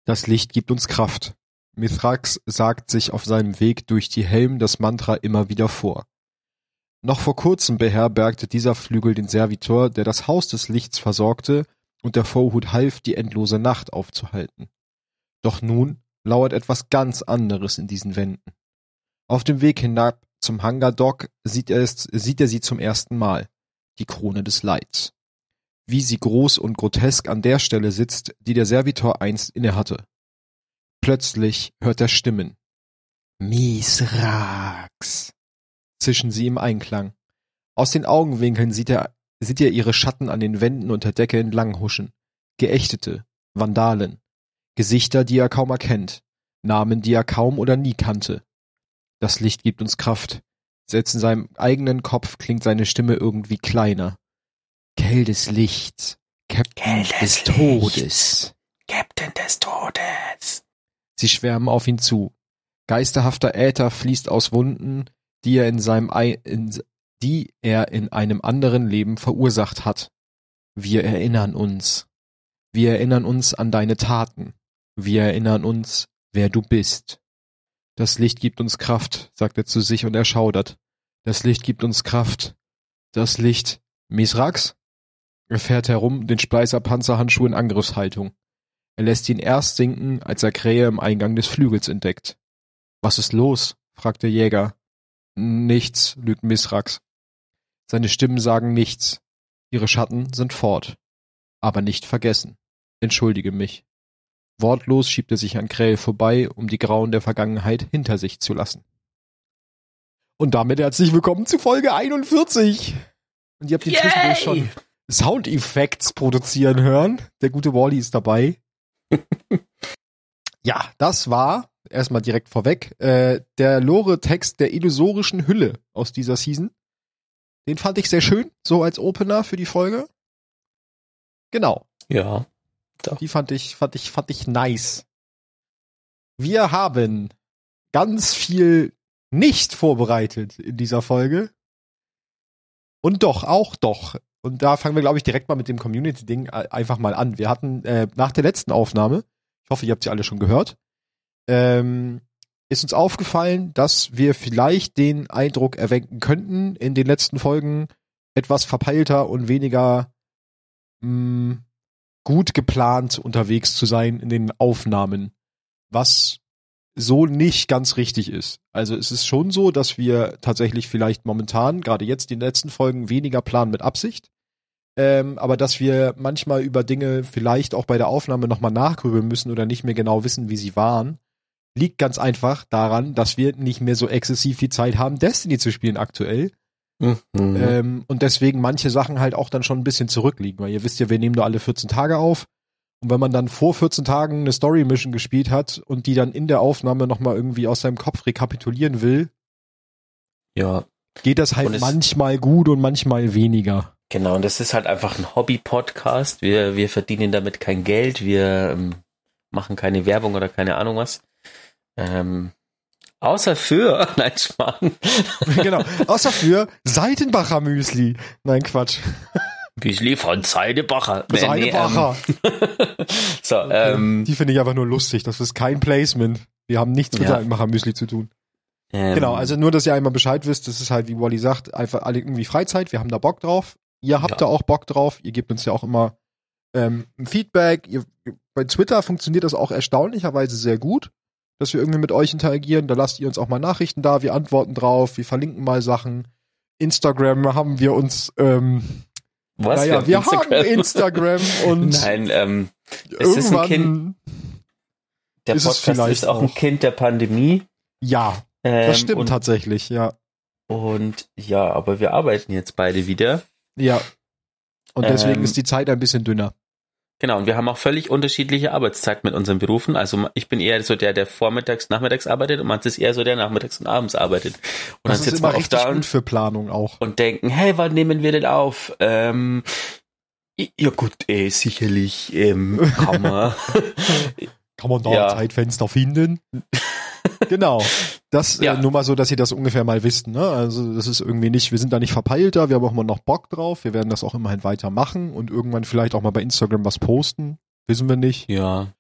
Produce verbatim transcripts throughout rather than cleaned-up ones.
Das Licht gibt uns Kraft. Mithrax sagt sich auf seinem Weg durch die Helm das Mantra immer wieder vor. Noch vor kurzem beherbergte dieser Flügel den Servitor, der das Haus des Lichts versorgte und der Vorhut half, die endlose Nacht aufzuhalten. Doch nun lauert etwas ganz anderes in diesen Wänden. Auf dem Weg hinab zum Hangar Dock sieht er, es, sieht er sie zum ersten Mal, die Krone des Leids. Wie sie groß und grotesk an der Stelle sitzt, die der Servitor einst innehatte. Plötzlich hört er Stimmen. Mithrax, zischen sie im Einklang. Aus den Augenwinkeln sieht er, sieht er ihre Schatten an den Wänden und der Decke entlang huschen. Geächtete, Vandalen. Gesichter, die er kaum erkennt. Namen, die er kaum oder nie kannte. Das Licht gibt uns Kraft. Selbst in seinem eigenen Kopf klingt seine Stimme irgendwie kleiner. Kell des Lichts. Captain des, des Todes. Captain des Todes. Sie schwärmen auf ihn zu. Geisterhafter Äther fließt aus Wunden, die er in seinem Ei, in, die er in einem anderen Leben verursacht hat. Wir erinnern uns. Wir erinnern uns an deine Taten. Wir erinnern uns, wer du bist. Das Licht gibt uns Kraft, sagt er zu sich und er schaudert. Das Licht gibt uns Kraft. Das Licht. Mithrax? Er fährt herum, den Spleißer-Panzerhandschuh in Angriffshaltung. Er lässt ihn erst sinken, als er Krähe im Eingang des Flügels entdeckt. Was ist los? Fragt der Jäger. Nichts, lügt Mithrax. Seine Stimmen sagen nichts. Ihre Schatten sind fort. Aber nicht vergessen. Entschuldige mich. Wortlos schiebt er sich an Krähe vorbei, um die Grauen der Vergangenheit hinter sich zu lassen. Und damit herzlich willkommen zu Folge einundvierzig. Und ihr habt die zwischendurch schon Soundeffekte produzieren hören. Der gute Wally ist dabei. Ja, das war, erstmal direkt vorweg, äh, der Lore-Text der illusorischen Hülle aus dieser Season. Den fand ich sehr schön, so als Opener für die Folge. Genau. Ja. Doch. Die fand ich, fand ich, fand ich nice. Wir haben ganz viel nicht vorbereitet in dieser Folge. Und doch, auch doch. Und da fangen wir, glaube ich, direkt mal mit dem Community-Ding einfach mal an. Wir hatten äh, nach der letzten Aufnahme, ich hoffe, ihr habt sie alle schon gehört, ähm, ist uns aufgefallen, dass wir vielleicht den Eindruck erwecken könnten, in den letzten Folgen etwas verpeilter und weniger mh, gut geplant unterwegs zu sein in den Aufnahmen, was so nicht ganz richtig ist. Also es ist schon so, dass wir tatsächlich vielleicht momentan, gerade jetzt in den letzten Folgen, weniger planen mit Absicht, ähm, aber dass wir manchmal über Dinge vielleicht auch bei der Aufnahme nochmal nachgrübeln müssen oder nicht mehr genau wissen, wie sie waren, liegt ganz einfach daran, dass wir nicht mehr so exzessiv viel Zeit haben, Destiny zu spielen aktuell. Mhm. Ähm, und deswegen manche Sachen halt auch dann schon ein bisschen zurückliegen, weil ihr wisst ja, wir nehmen nur alle vierzehn Tage auf und wenn man dann vor vierzehn Tagen eine Story-Mission gespielt hat und die dann in der Aufnahme nochmal irgendwie aus seinem Kopf rekapitulieren will, ja, geht das halt manchmal gut und manchmal weniger. Genau, und das ist halt einfach ein Hobby-Podcast. Wir, wir verdienen damit kein Geld, wir ähm, machen keine Werbung oder keine Ahnung was. Ähm, außer für, nein, Schmarrn. Genau, außer für Seidenbacher Müsli. Nein, Quatsch. Müsli von Seidenbacher. Nee, Seidenbacher. Nee, ähm, so, okay. ähm, Die finde ich einfach nur lustig. Das ist kein Placement. Wir haben nichts mit ja. Seidenbacher Müsli zu tun. Ähm, genau, also nur, dass ihr einmal Bescheid wisst, das ist halt, wie Wally sagt, einfach alle irgendwie Freizeit. Wir haben da Bock drauf. Ihr habt ja. da auch Bock drauf. Ihr gebt uns ja auch immer ähm, ein Feedback. Ihr, bei Twitter funktioniert das auch erstaunlicherweise sehr gut, dass wir irgendwie mit euch interagieren. Da lasst ihr uns auch mal Nachrichten da. Wir antworten drauf. Wir verlinken mal Sachen. Instagram haben wir uns ähm, Was? Naja, wir, haben, wir haben Instagram und Nein, ähm, es ist ein Kind. Der ist Podcast ist auch, auch ein Kind der Pandemie. Ja, ähm, das stimmt und, tatsächlich, ja. Und ja, aber wir arbeiten jetzt beide wieder. Ja. Und deswegen ähm, ist die Zeit ein bisschen dünner. Genau, und wir haben auch völlig unterschiedliche Arbeitszeiten mit unseren Berufen. Also ich bin eher so der, der vormittags, nachmittags arbeitet und man ist eher so der, nachmittags und abends arbeitet. Und das dann ist sitzen immer wir oft richtig da gut und, für Planung auch. Und denken, hey, wann nehmen wir denn auf? Ähm, ja gut, eh, sicherlich ähm, kann man. Kann man da ja. ein Zeitfenster finden? Genau. Das ja. äh, nur mal so, dass ihr das ungefähr mal wisst. Ne? Also das ist irgendwie nicht, wir sind da nicht verpeilter, wir haben auch immer noch Bock drauf. Wir werden das auch immerhin weitermachen und irgendwann vielleicht auch mal bei Instagram was posten. Wissen wir nicht. Ja.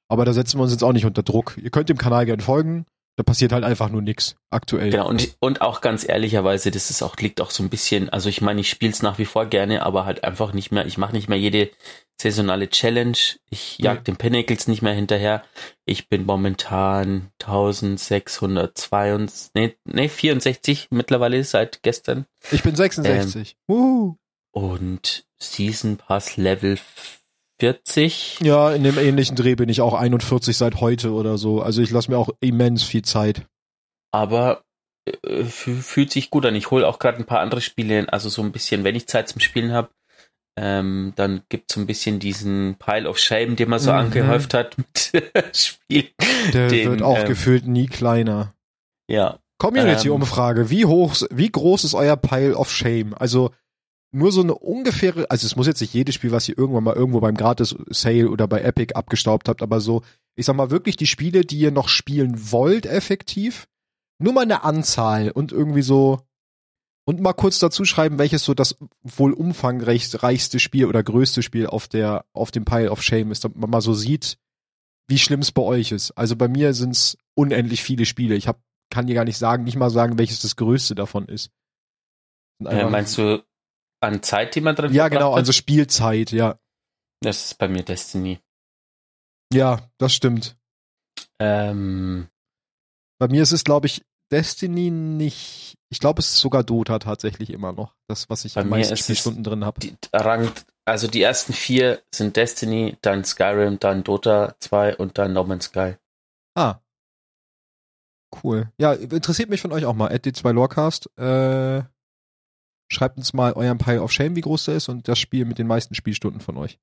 Aber da setzen wir uns jetzt auch nicht unter Druck. Ihr könnt dem Kanal gerne folgen. Da passiert halt einfach nur nichts aktuell. Genau, und, und auch ganz ehrlicherweise, das ist auch, liegt auch so ein bisschen, also ich meine, ich spiele es nach wie vor gerne, aber halt einfach nicht mehr, ich mache nicht mehr jede saisonale Challenge, ich jag Nee. den Pinnacles nicht mehr hinterher. Ich bin momentan eintausendsechshundertzweiundsechzig, nee, nee, vierundsechzig mittlerweile seit gestern. Ich bin sechsundsechzig. Ähm, uh. Und Season Pass Level vierzig. Ja, in dem ähnlichen Dreh bin ich auch einundvierzig seit heute oder so. Also ich lasse mir auch immens viel Zeit. Aber äh, fühlt sich gut an. Ich hole auch gerade ein paar andere Spiele, also so ein bisschen, wenn ich Zeit zum Spielen habe, ähm, dann gibt es so ein bisschen diesen Pile of Shame, den man so mhm. angehäuft hat mit Spiel. Der den, wird auch ähm, gefühlt nie kleiner. Ja. Community-Umfrage. Ähm, wie hoch, wie groß ist euer Pile of Shame? Also nur so eine ungefähre, also es muss jetzt nicht jedes Spiel, was ihr irgendwann mal irgendwo beim Gratis-Sale oder bei Epic abgestaubt habt, aber so, ich sag mal wirklich die Spiele, die ihr noch spielen wollt, effektiv, nur mal eine Anzahl und irgendwie so, und mal kurz dazu schreiben, welches so das wohl umfangreichste Spiel oder größte Spiel auf der, auf dem Pile of Shame ist, damit man mal so sieht, wie schlimm es bei euch ist. Also bei mir sind es unendlich viele Spiele. Ich hab, kann dir gar nicht sagen, nicht mal sagen, welches das größte davon ist. Äh, meinst du an Zeit, die man drin Ja, genau, hat? also Spielzeit, ja. Das ist bei mir Destiny. Ja, das stimmt. Ähm, bei mir ist es, glaube ich, Destiny nicht. Ich glaube, es ist sogar Dota tatsächlich immer noch. Das, was ich am meisten Spielstunden drin habe. Also die ersten vier sind Destiny, dann Skyrim, dann Dota zwei und dann No Man's Sky. Ah. Cool. Ja, interessiert mich von euch auch mal. at d zwei lorecast. Äh, schreibt uns mal euren Pile of Shame, wie groß der ist und das Spiel mit den meisten Spielstunden von euch.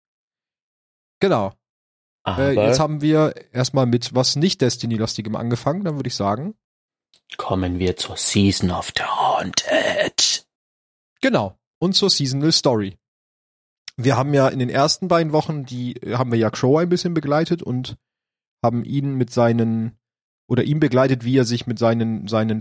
Genau. Äh, jetzt haben wir erstmal mit was nicht Destiny-lastigem angefangen, dann würde ich sagen. Kommen wir zur Season of the Haunted. Genau. Und zur Seasonal Story. Wir haben ja in den ersten beiden Wochen, die haben wir ja Crow ein bisschen begleitet und haben ihn mit seinen, oder ihn begleitet, wie er sich mit seinen, seinen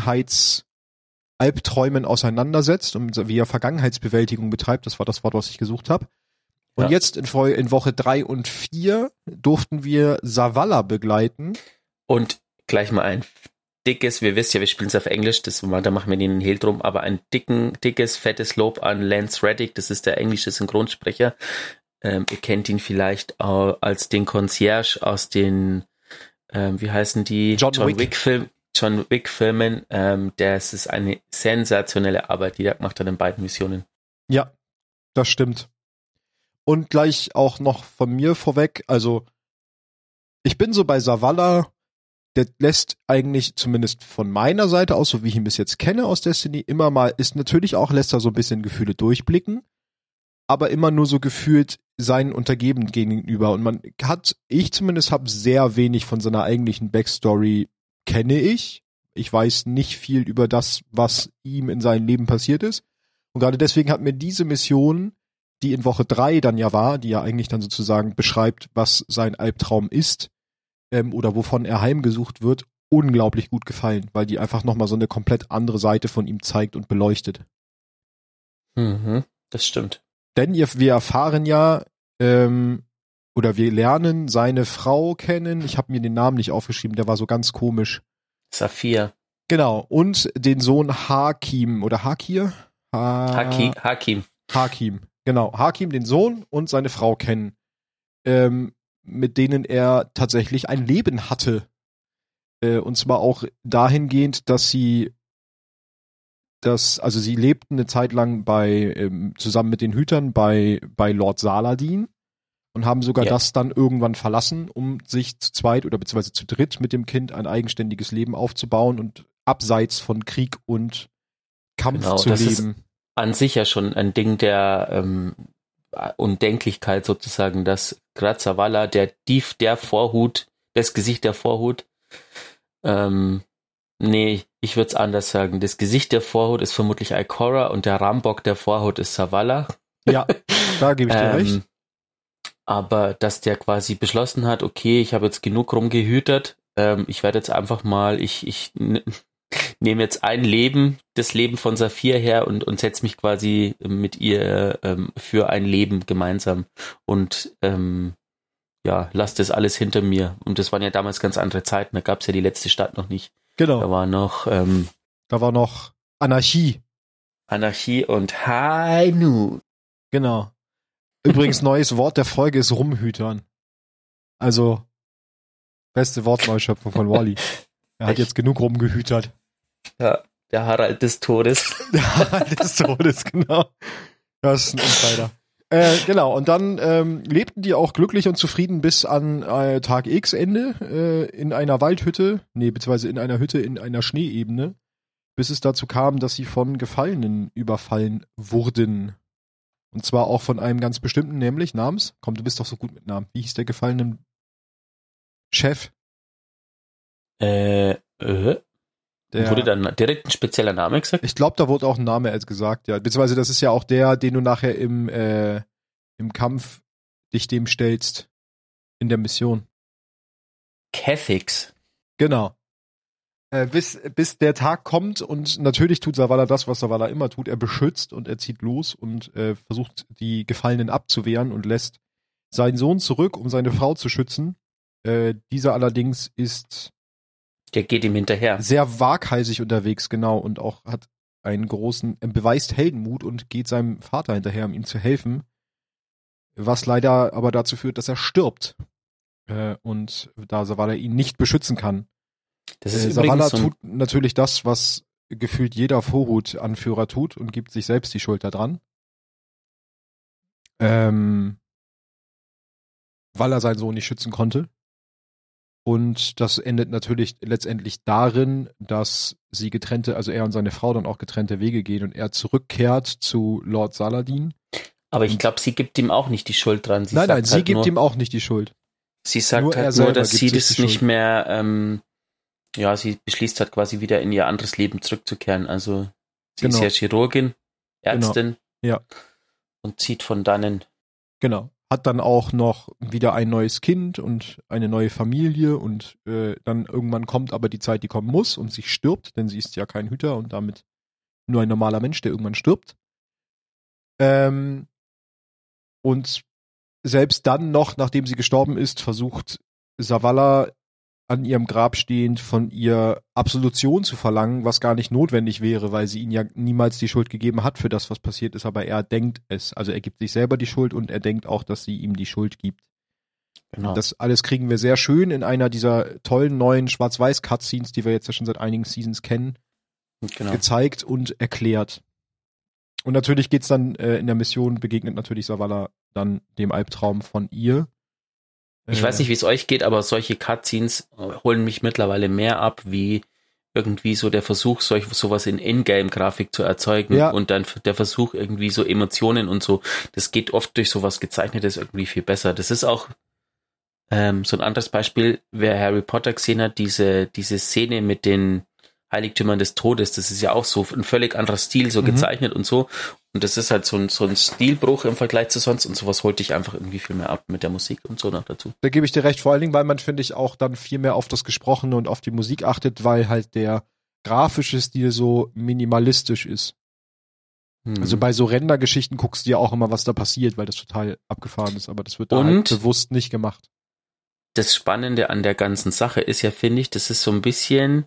Vergangenheitsalbträumen auseinandersetzt und wie er Vergangenheitsbewältigung betreibt. Das war das Wort, was ich gesucht habe. Und ja. jetzt in, in Woche drei und vier durften wir Zavala begleiten. Und gleich mal ein dickes, wir wissen ja, wir spielen es auf Englisch, das, da machen wir den Hehl drum, aber ein dicken, dickes, fettes Lob an Lance Reddick, das ist der englische Synchronsprecher. Ähm, ihr kennt ihn vielleicht auch als den Concierge aus den, ähm, wie heißen die? John, John Wick. Wick Film, John Wick Filmen. Ähm, das ist eine sensationelle Arbeit, die er gemacht hat in beiden Missionen. Ja, das stimmt. Und gleich auch noch von mir vorweg, also ich bin so bei Zavala, der lässt eigentlich zumindest von meiner Seite aus, so wie ich ihn bis jetzt kenne aus Destiny, immer mal, ist natürlich auch, lässt er so ein bisschen Gefühle durchblicken, aber immer nur so gefühlt seinen Untergebenen gegenüber. Und man hat, ich zumindest habe sehr wenig von seiner eigentlichen Backstory, kenne ich. Ich weiß nicht viel über das, was ihm in seinem Leben passiert ist. Und gerade deswegen hat mir diese Mission, die in Woche drei dann ja war, die ja eigentlich dann sozusagen beschreibt, was sein Albtraum ist, ähm, oder wovon er heimgesucht wird, unglaublich gut gefallen, weil die einfach nochmal so eine komplett andere Seite von ihm zeigt und beleuchtet. Mhm, das stimmt. Denn ihr, wir erfahren ja, ähm, oder wir lernen seine Frau kennen, ich habe mir den Namen nicht aufgeschrieben, der war so ganz komisch. Saphir. Genau, und den Sohn Hakim, oder Hakir? Ha- Haki, Hakim. Hakim. Genau, Hakim, den Sohn und seine Frau kennen, ähm, mit denen er tatsächlich ein Leben hatte. Äh, und zwar auch dahingehend, dass sie das, also sie lebten eine Zeit lang bei, ähm, zusammen mit den Hütern bei, bei Lord Saladin und haben sogar ja. das dann irgendwann verlassen, um sich zu zweit oder beziehungsweise zu dritt mit dem Kind ein eigenständiges Leben aufzubauen und abseits von Krieg und Kampf genau, zu das leben. Ist an sich ja schon ein Ding der ähm, Undenklichkeit sozusagen, dass gerade Zavala, der Dief der Vorhut, das Gesicht der Vorhut, ähm, nee, ich würde es anders sagen. Das Gesicht der Vorhut ist vermutlich Ikora und der Rambock der Vorhut ist Zavala. Ja, da gebe ich dir ähm, recht. Aber dass der quasi beschlossen hat, okay, ich habe jetzt genug rumgehütert, ähm, ich werde jetzt einfach mal, ich, ich n- nehme jetzt ein Leben, das Leben von Saphir her und, und setze mich quasi mit ihr ähm, für ein Leben gemeinsam. Und ähm, ja, lass das alles hinter mir. Und das waren ja damals ganz andere Zeiten, da gab es ja die letzte Stadt noch nicht. Genau. Da war noch ähm, Da war noch Anarchie. Anarchie und High Noon. Genau. Übrigens, neues Wort der Folge ist Rumhütern. Also, beste Wortneuschöpfung von Wally. Er hat Echt? jetzt genug rumgehütert. Ja, der Harald des Todes. Der Harald des Todes, genau. Das ist ein Insider. Äh, genau, und dann ähm, lebten die auch glücklich und zufrieden bis an äh, Tag X Ende äh, in einer Waldhütte, nee, beziehungsweise in einer Hütte in einer Schneeebene, bis es dazu kam, dass sie von Gefallenen überfallen wurden. Und zwar auch von einem ganz bestimmten, nämlich namens, komm, du bist doch so gut mit Namen, wie hieß der gefallenen Chef? Äh, äh. Der, Wurde dann direkt ein spezieller Name gesagt? ich glaube, da wurde auch ein Name als gesagt, ja. Beziehungsweise das ist ja auch der, den du nachher im, äh, im Kampf dich dem stellst in der Mission. Cathix. Genau. Äh, bis, bis der Tag kommt und natürlich tut Zavala das, was Zavala immer tut. Er beschützt und er zieht los und äh, versucht, die Gefallenen abzuwehren und lässt seinen Sohn zurück, um seine Frau zu schützen. Äh, dieser allerdings ist Der geht ihm hinterher. sehr waghalsig unterwegs, genau, und auch hat einen großen, äh, beweist Heldenmut und geht seinem Vater hinterher, um ihm zu helfen. Was leider aber dazu führt, dass er stirbt. Äh, und da Zavala ihn nicht beschützen kann. Das ist Äh, übrigens Zavala so ein, tut natürlich das, was gefühlt jeder Vorhut-Anführer tut und gibt sich selbst die Schuld daran. Ähm, weil er seinen Sohn nicht schützen konnte. Und das endet natürlich letztendlich darin, dass sie getrennte, also er und seine Frau dann auch getrennte Wege gehen und er zurückkehrt zu Lord Saladin. aber ich glaube, sie gibt ihm auch nicht die Schuld dran. Sie nein, sagt nein, sie halt gibt nur, ihm auch nicht die Schuld. Sie sagt nur er halt nur, selber dass gibt sie sich das die nicht Schuld. mehr, ähm, ja, sie beschließt halt quasi wieder in ihr anderes Leben zurückzukehren. Also sie Genau. ist ja Chirurgin, Ärztin. Ja. Und zieht von dannen. Genau. Hat dann auch noch wieder ein neues Kind und eine neue Familie und äh, dann irgendwann kommt aber die Zeit, die kommen muss und sie stirbt, denn sie ist ja kein Hüter und damit nur ein normaler Mensch, der irgendwann stirbt. Ähm, und selbst dann noch, nachdem sie gestorben ist, versucht Zavala an ihrem Grab stehend von ihr Absolution zu verlangen, was gar nicht notwendig wäre, weil sie ihm ja niemals die Schuld gegeben hat für das, was passiert ist, aber er denkt es. Also er gibt sich selber die Schuld und er denkt auch, dass sie ihm die Schuld gibt. Genau. Das alles kriegen wir sehr schön in einer dieser tollen neuen Schwarz-Weiß-Cutscenes, die wir jetzt ja schon seit einigen Seasons kennen, genau. gezeigt und erklärt. Und natürlich geht's dann äh, in der Mission, begegnet natürlich Zavala dann dem Albtraum von ihr. Ich weiß nicht, wie es euch geht, aber solche Cutscenes holen mich mittlerweile mehr ab, wie irgendwie so der Versuch, solch, sowas in Ingame-Grafik zu erzeugen Ja. und dann der Versuch, irgendwie so Emotionen und so. Das geht oft durch sowas Gezeichnetes irgendwie viel besser. Das ist auch ähm, so ein anderes Beispiel, wer Harry Potter gesehen hat, diese, diese Szene mit den Heiligtümern des Todes, das ist ja auch so ein völlig anderer Stil, so Mhm. gezeichnet und so. Und das ist halt so ein, so ein Stilbruch im Vergleich zu sonst und sowas holt dich einfach irgendwie viel mehr ab mit der Musik und so noch dazu. Da gebe ich dir recht, vor allen Dingen, weil man, finde ich, auch dann viel mehr auf das Gesprochene und auf die Musik achtet, weil halt der grafische Stil so minimalistisch ist. Hm. Also bei so Rendergeschichten guckst du ja auch immer, was da passiert, weil das total abgefahren ist, aber das wird da Und? halt bewusst nicht gemacht. Das Spannende an der ganzen Sache ist ja, finde ich, das ist so ein bisschen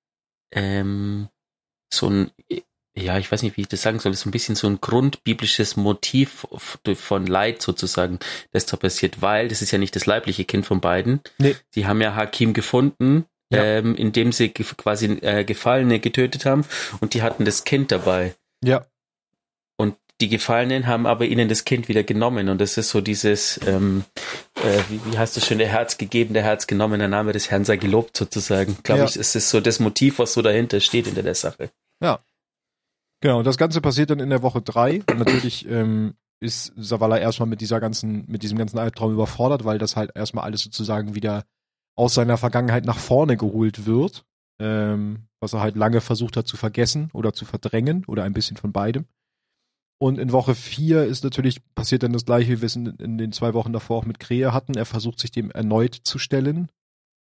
ähm, so ein, ja, ich weiß nicht, wie ich das sagen soll, das ist so ein bisschen so ein grundbiblisches Motiv von Leid sozusagen, das da passiert, weil das ist ja nicht das leibliche Kind von beiden. Nee. Sie haben ja Hakim gefunden, Ja. ähm, indem sie ge- quasi äh, Gefallene getötet haben und die hatten das Kind dabei. Ja. Und die Gefallenen haben aber ihnen das Kind wieder genommen und das ist so dieses, ähm, äh, wie, wie heißt das schön, der Herz gegeben, der Herz genommen, der Name des Herrn sei gelobt sozusagen. Glaube Ja. ich, ist es so das Motiv, was so dahinter steht hinter der Sache. Ja. Genau, das Ganze passiert dann in der Woche drei. Und natürlich ähm, ist Zavala erstmal mit dieser ganzen, mit diesem ganzen Albtraum überfordert, weil das halt erstmal alles sozusagen wieder aus seiner Vergangenheit nach vorne geholt wird. Ähm, was er halt lange versucht hat zu vergessen oder zu verdrängen oder ein bisschen von beidem. Und in Woche vier ist natürlich, passiert dann das gleiche, wie wir es in, in den zwei Wochen davor auch mit Krea hatten. Er versucht sich dem erneut zu stellen.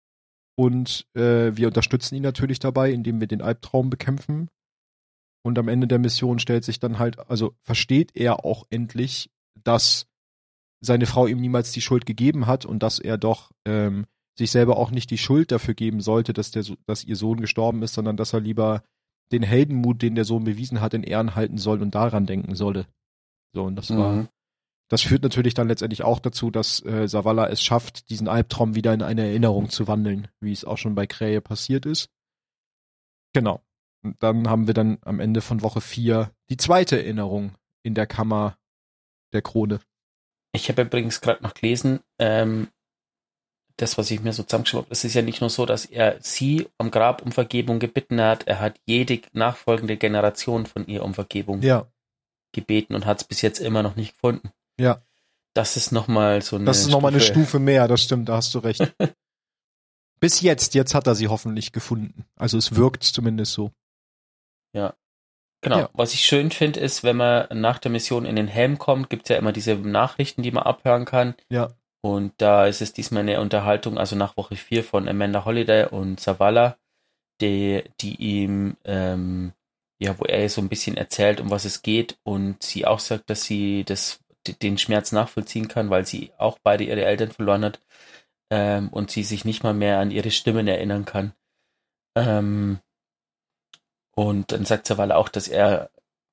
Und äh, wir unterstützen ihn natürlich dabei, indem wir den Albtraum bekämpfen. Und am Ende der Mission stellt sich dann halt, also versteht er auch endlich, dass seine Frau ihm niemals die Schuld gegeben hat und dass er doch ähm, sich selber auch nicht die Schuld dafür geben sollte, dass der, dass ihr Sohn gestorben ist, sondern dass er lieber den Heldenmut, den der Sohn bewiesen hat, in Ehren halten soll und daran denken solle. So, und das war, Mhm. das führt natürlich dann letztendlich auch dazu, dass äh, Zavala es schafft, diesen Albtraum wieder in eine Erinnerung zu wandeln, wie es auch schon bei Krähe passiert ist. Genau. Und dann haben wir dann am Ende von Woche vier die zweite Erinnerung in der Kammer der Krone. Ich habe übrigens gerade noch gelesen, ähm, das, was ich mir so zusammengeschrieben habe, es ist ja nicht nur so, dass er sie am Grab um Vergebung gebeten hat, er hat jede nachfolgende Generation von ihr um Vergebung Ja, gebeten und hat es bis jetzt immer noch nicht gefunden. ja. Das ist nochmal so eine Das ist nochmal eine Stufe. Stufe mehr, das stimmt, da hast du recht. Bis jetzt, jetzt hat er sie hoffentlich gefunden. Also es wirkt zumindest so. Ja. Genau. Ja. Was ich schön finde, ist, wenn man nach der Mission in den Helm kommt, gibt es ja immer diese Nachrichten, die man abhören kann. Ja, Und da ist es diesmal eine Unterhaltung, also nach Woche vier von Amanda Holliday und Zavala, die, die ihm, ähm, ja, wo er so ein bisschen erzählt, um was es geht und sie auch sagt, dass sie das, den Schmerz nachvollziehen kann, weil sie auch beide ihre Eltern verloren hat, ähm, und sie sich nicht mal mehr an ihre Stimmen erinnern kann. Ähm, und dann sagt Zavala auch, dass er,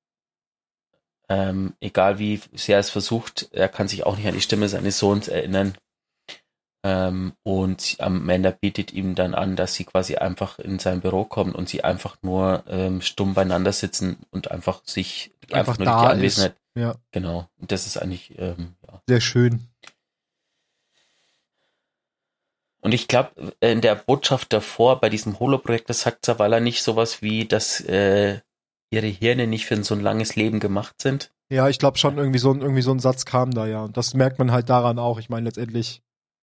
ähm, egal wie sehr er es versucht, er kann sich auch nicht an die Stimme seines Sohns erinnern. Ähm, und Amanda bietet ihm dann an, dass sie quasi einfach in sein Büro kommen und sie einfach nur ähm, stumm beieinander sitzen und einfach sich Einfach einfach, nur da die ist. Anwesenheit. ja, Genau. Und das ist eigentlich, ähm, ja. sehr schön. Und ich glaube, in der Botschaft davor, bei diesem Holo-Projekt, das sagt Zavala nicht sowas wie, dass äh, ihre Hirne nicht für so ein langes Leben gemacht sind. Ja, ich glaube schon, irgendwie so, ein- irgendwie so ein Satz kam da, ja. Und das merkt man halt daran auch. Ich meine, letztendlich,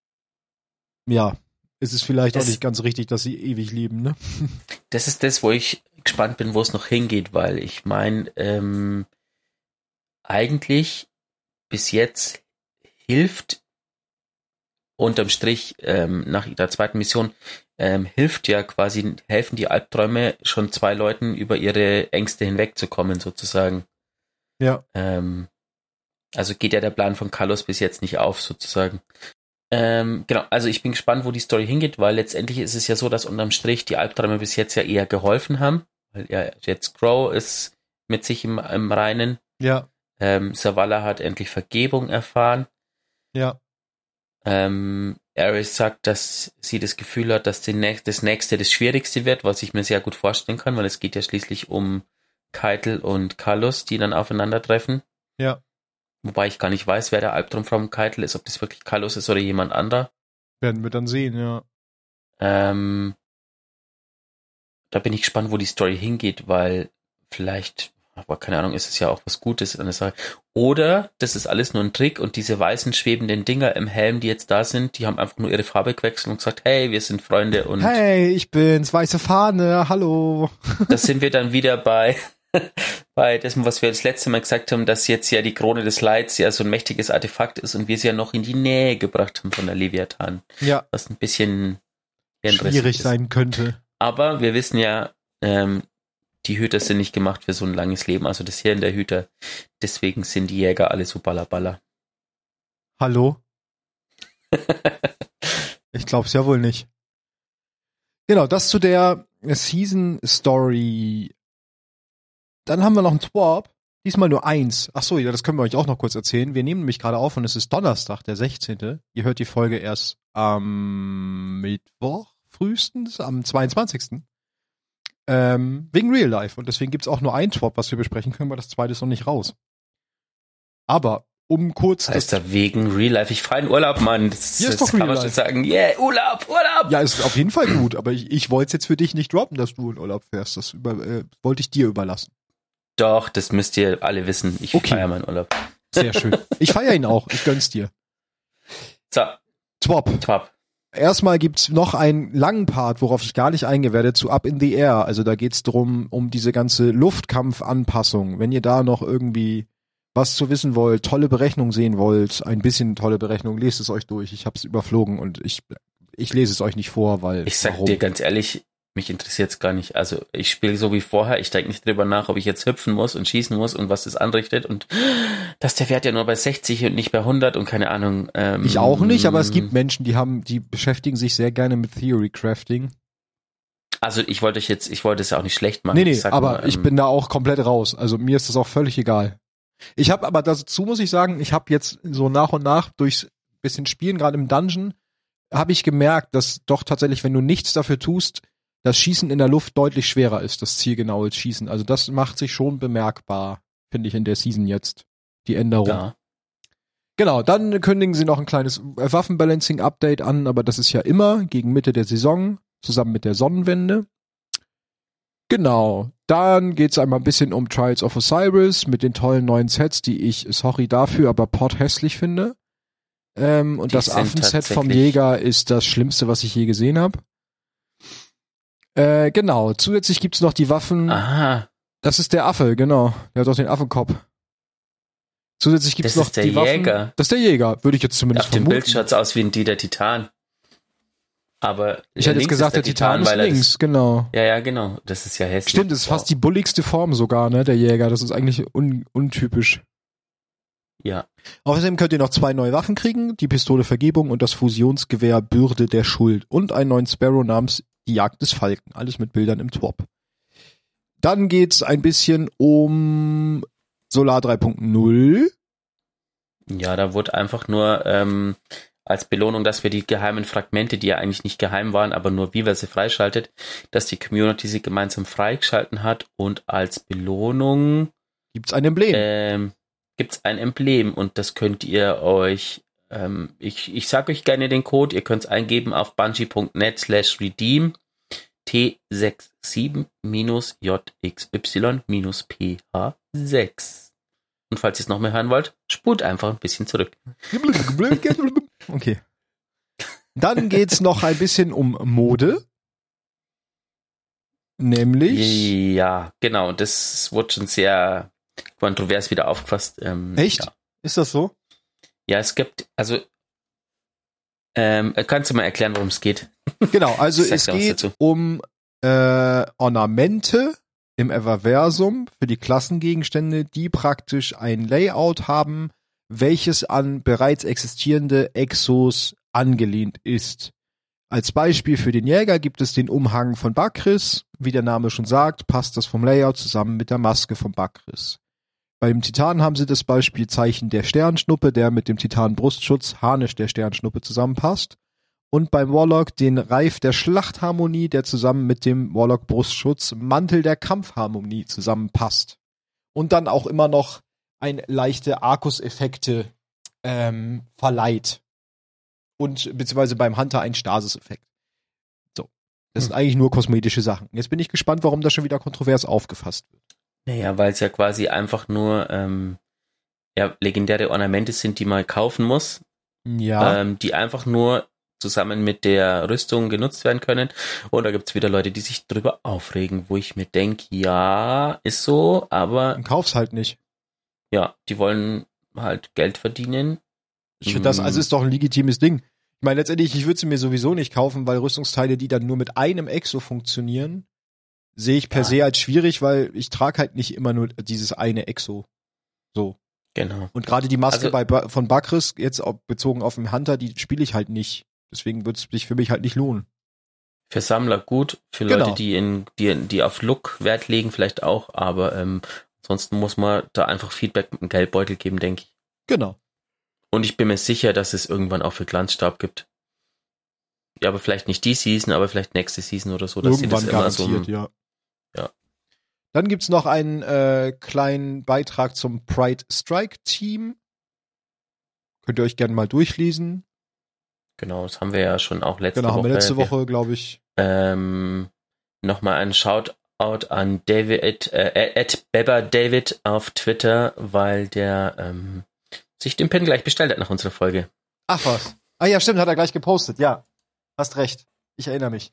ja, ist es vielleicht Das- auch nicht ganz richtig, dass sie ewig leben, ne? Das ist das, wo ich gespannt bin, wo es noch hingeht, weil ich meine, ähm, eigentlich bis jetzt hilft unterm Strich ähm, nach der zweiten Mission ähm, hilft ja quasi, helfen die Albträume schon zwei Leuten über ihre Ängste hinwegzukommen sozusagen. Ja, Ähm, also geht ja der Plan von Carlos bis jetzt nicht auf sozusagen. Ähm, genau, also ich bin gespannt, wo die Story hingeht, weil letztendlich ist es ja so, dass unterm Strich die Albträume bis jetzt ja eher geholfen haben, weil ja jetzt Crow ist mit sich im, im Reinen. ja, Ähm, Zavala hat endlich Vergebung erfahren. ja, Ähm, Ares sagt, dass sie das Gefühl hat, dass die nächste, das nächste das Schwierigste wird, was ich mir sehr gut vorstellen kann, weil es geht ja schließlich um Keitel und Carlos, die dann aufeinandertreffen. ja. Wobei ich gar nicht weiß, wer der Albtraum vom Keitel ist, ob das wirklich Carlos ist oder jemand anderer. Werden wir dann sehen, ja. Ähm, da bin ich gespannt, wo die Story hingeht, weil vielleicht, aber keine Ahnung, ist es ja auch was Gutes an der Sache. Oder das ist alles nur ein Trick und diese weißen schwebenden Dinger im Helm, die jetzt da sind, die haben einfach nur ihre Farbe gewechselt und gesagt, hey, wir sind Freunde und Hey, ich bin's, weiße Fahne, hallo. da sind wir dann wieder bei bei dem, was wir das letzte Mal gesagt haben, dass jetzt ja die Krone des Leids ja so ein mächtiges Artefakt ist und wir sie ja noch in die Nähe gebracht haben von der Leviathan. Ja, Was ein bisschen schwierig ist. sein könnte. Aber wir wissen ja, ähm, die Hüter sind nicht gemacht für so ein langes Leben, also das Hirn der Hüter. Deswegen sind die Jäger alle so ballerballer. Hallo? Ich glaub's ja wohl nicht. Genau, das zu der Season Story. Dann haben wir noch einen Swap. Diesmal nur eins. Ach so, ja, das können wir euch auch noch kurz erzählen. Wir nehmen nämlich gerade auf und es ist Donnerstag, der sechzehnte. Ihr hört die Folge erst am Mittwoch frühestens, am zweiundzwanzigsten Ähm, wegen Real Life. Und deswegen gibt's auch nur ein Swap, was wir besprechen können, weil das zweite ist noch nicht raus. Aber um kurz... Das heißt da wegen Real Life. Ich fahre in Urlaub, Mann. Das, Hier ist das doch kann Real man Life. schon sagen. Yeah, Urlaub, Urlaub. Ja, ist auf jeden Fall gut, aber ich, ich wollte es jetzt für dich nicht droppen, dass du in Urlaub fährst. Das über, äh, wollte ich dir überlassen. Doch, das müsst ihr alle wissen. Ich Okay. feiere meinen Urlaub. Sehr schön. Ich feiere ihn auch. Ich gönn's dir. So, Swap. top. Erstmal gibt's noch einen langen Part, worauf ich gar nicht eingehe werde, zu Up in the Air. Also da geht's drum, um diese ganze Luftkampfanpassung. Wenn ihr da noch irgendwie was zu wissen wollt, tolle Berechnung sehen wollt, ein bisschen tolle Berechnung, lest es euch durch. Ich hab's überflogen und ich, ich lese es euch nicht vor, weil Ich sag warum? dir ganz ehrlich, mich interessiert's gar nicht. Also ich spiele so wie vorher, ich denke nicht drüber nach, ob ich jetzt hüpfen muss und schießen muss und was das anrichtet und dass der Wert ja nur bei sechzig und nicht bei hundert und keine Ahnung. Ähm, ich auch nicht, aber es gibt Menschen, die haben, die beschäftigen sich sehr gerne mit Theory Crafting. Also ich wollte euch jetzt, ich wollte es ja auch nicht schlecht machen. Nee, nee, ich aber nur, ähm, ich bin da auch komplett raus. Also mir ist das auch völlig egal. Ich habe aber dazu, muss ich sagen, ich habe jetzt so nach und nach durchs bisschen Spielen, gerade im Dungeon, habe ich gemerkt, dass doch tatsächlich, wenn du nichts dafür tust, das Schießen in der Luft deutlich schwerer ist, das zielgenaue Schießen. Also das macht sich schon bemerkbar, finde ich, in der Season jetzt, die Änderung. Ja. Genau, dann kündigen sie noch ein kleines Waffenbalancing-Update an, aber das ist ja immer gegen Mitte der Saison, zusammen mit der Sonnenwende. Genau, dann geht's einmal ein bisschen um Trials of Osiris mit den tollen neuen Sets, die ich, sorry dafür, aber potthässlich finde. Ähm, und Die das sind Affenset vom tatsächlich- Jäger ist das Schlimmste, was ich je gesehen habe. Äh, genau. Zusätzlich gibt's noch die Waffen. Aha, Das ist der Affe, genau. Der hat auch den Affenkopf. Zusätzlich gibt's Das noch ist der die Waffen. Jäger. Das ist der Jäger, würde ich jetzt zumindest auf dem vermuten. Bild schaut's aus wie ein die der Titan. Aber Ich hätte jetzt links gesagt, der ist Titan ist weil er links, das, genau. Ja, ja, genau. Das ist ja hässlich. Stimmt, das ist fast die bulligste Form sogar, ne, der Jäger. Das ist eigentlich un- untypisch. Ja. Außerdem könnt ihr noch zwei neue Waffen kriegen, die Pistole Vergebung und das Fusionsgewehr Bürde der Schuld und einen neuen Sparrow namens die Jagd des Falken. Alles mit Bildern im Twop. Dann geht's ein bisschen um Solar drei Punkt null. Ja, da wurde einfach nur ähm, als Belohnung, dass wir die geheimen Fragmente, die ja eigentlich nicht geheim waren, aber nur wie wir sie freischaltet, dass die Community sie gemeinsam freigeschalten hat und als Belohnung Gibt's ein Emblem. ähm, gibt's ein Emblem und das könnt ihr euch, ähm, ich, ich sag euch gerne den Code, ihr könnt's eingeben auf bungie.net slash redeem T sechsundsiebzig J X Y P H sechs. Und falls ihr es noch mehr hören wollt, spult einfach ein bisschen zurück. Okay. Dann geht's noch ein bisschen um Mode. Nämlich. Ja, genau. Das wurde schon sehr kontrovers wieder aufgefasst. Ähm, Echt? Ja. Ist das so? ja, es gibt, also ähm, kannst du mal erklären, worum es geht? Genau, also Sag es da was geht dazu. um äh, Ornamente im Everversum für die Klassengegenstände, die praktisch ein Layout haben, welches an bereits existierende Exos angelehnt ist. Als Beispiel für den Jäger gibt es den Umhang von Bakris. Wie der Name schon sagt, passt das vom Layout zusammen mit der Maske von Bakris. Beim Titan haben sie das Beispielzeichen der Sternschnuppe, der mit dem Titan-Brustschutz Harnisch der Sternschnuppe zusammenpasst. Und beim Warlock den Reif der Schlachtharmonie, der zusammen mit dem Warlock-Brustschutz Mantel der Kampfharmonie zusammenpasst. Und dann auch immer noch ein leichte Arcus-Effekte ähm, verleiht. Und beziehungsweise beim Hunter ein Stasis-Effekt. So. Das Hm. sind eigentlich nur kosmetische Sachen. Jetzt bin ich gespannt, warum das schon wieder kontrovers aufgefasst wird. Naja, weil es ja quasi einfach nur ähm, ja, legendäre Ornamente sind, die man kaufen muss, Ja. ähm, die einfach nur zusammen mit der Rüstung genutzt werden können. Und da gibt's wieder Leute, die sich drüber aufregen, wo ich mir denke, ja, ist so, aber Dann kauf's halt nicht. ja, die wollen halt Geld verdienen. Ich finde das, also ist doch ein legitimes Ding. Ich meine, letztendlich, ich würde sie mir sowieso nicht kaufen, weil Rüstungsteile, die dann nur mit einem Exo funktionieren, sehe ich per Ja. se als schwierig, weil ich trage halt nicht immer nur dieses eine Exo. So. Genau. Und gerade die Maske Also- bei ba- von Bakris, jetzt auch bezogen auf den Hunter, die spiele ich halt nicht. Deswegen würde es sich für mich halt nicht lohnen. Für Sammler gut, für Genau. Leute, die in die, die auf Look Wert legen, vielleicht auch, aber ähm, ansonsten muss man da einfach Feedback mit dem Geldbeutel geben, denke ich. Genau. Und ich bin mir sicher, dass es irgendwann auch für Glanzstab gibt. Ja, aber vielleicht nicht die Season, aber vielleicht nächste Season oder so, dass Irgendwann sie das immer so. garantiert, ja. Ja. Dann gibt's noch einen äh, kleinen Beitrag zum Pride Strike Team. Könnt ihr euch gerne mal durchlesen. Genau, das haben wir ja schon auch letzte Genau, Woche. haben wir letzte Woche, glaube ich. Ähm, Nochmal ein Shoutout an David, äh, at Beba David auf Twitter, weil der ähm, sich den Pin gleich bestellt hat nach unserer Folge. Ach was. Ah ja, stimmt, hat er gleich gepostet. Ja, hast recht. Ich erinnere mich.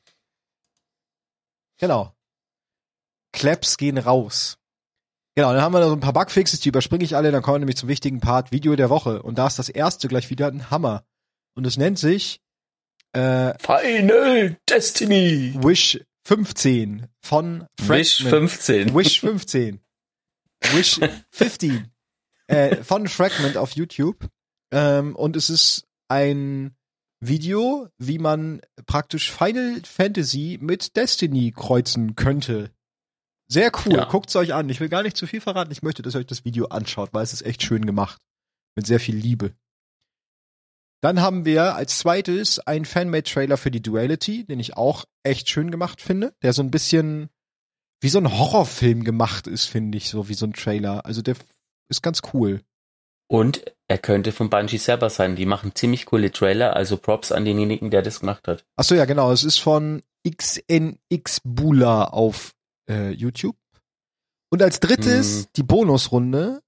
Genau. Claps gehen raus. Genau, dann haben wir da so ein paar Bugfixes, die überspringe ich alle, dann kommen wir nämlich zum wichtigen Part Video der Woche. Und da ist das erste gleich wieder ein Hammer. Und es nennt sich äh, Final Destiny! Wish fünfzehn von Fragment. Wish fünfzehn. Wish fünfzehn. Wish fünfzehn. äh, von Fragment auf YouTube. Ähm, und es ist ein Video, wie man praktisch Final Fantasy mit Destiny kreuzen könnte. Sehr cool. Ja. Guckt's euch an. Ich will gar nicht zu viel verraten. Ich möchte, dass ihr euch das Video anschaut, weil es ist echt schön gemacht. Mit sehr viel Liebe. Dann haben wir als zweites einen Fanmade-Trailer für die Duality, den ich auch echt schön gemacht finde. Der so ein bisschen wie so ein Horrorfilm gemacht ist, finde ich, so wie so ein Trailer. Also der ist ganz cool. Und er könnte von Bungie selber sein. Die machen ziemlich coole Trailer, also Props an denjenigen, der das gemacht hat. Ach so, ja, genau. Es ist von X N X Bula auf äh, YouTube. Und als drittes, Hm. die Bonusrunde,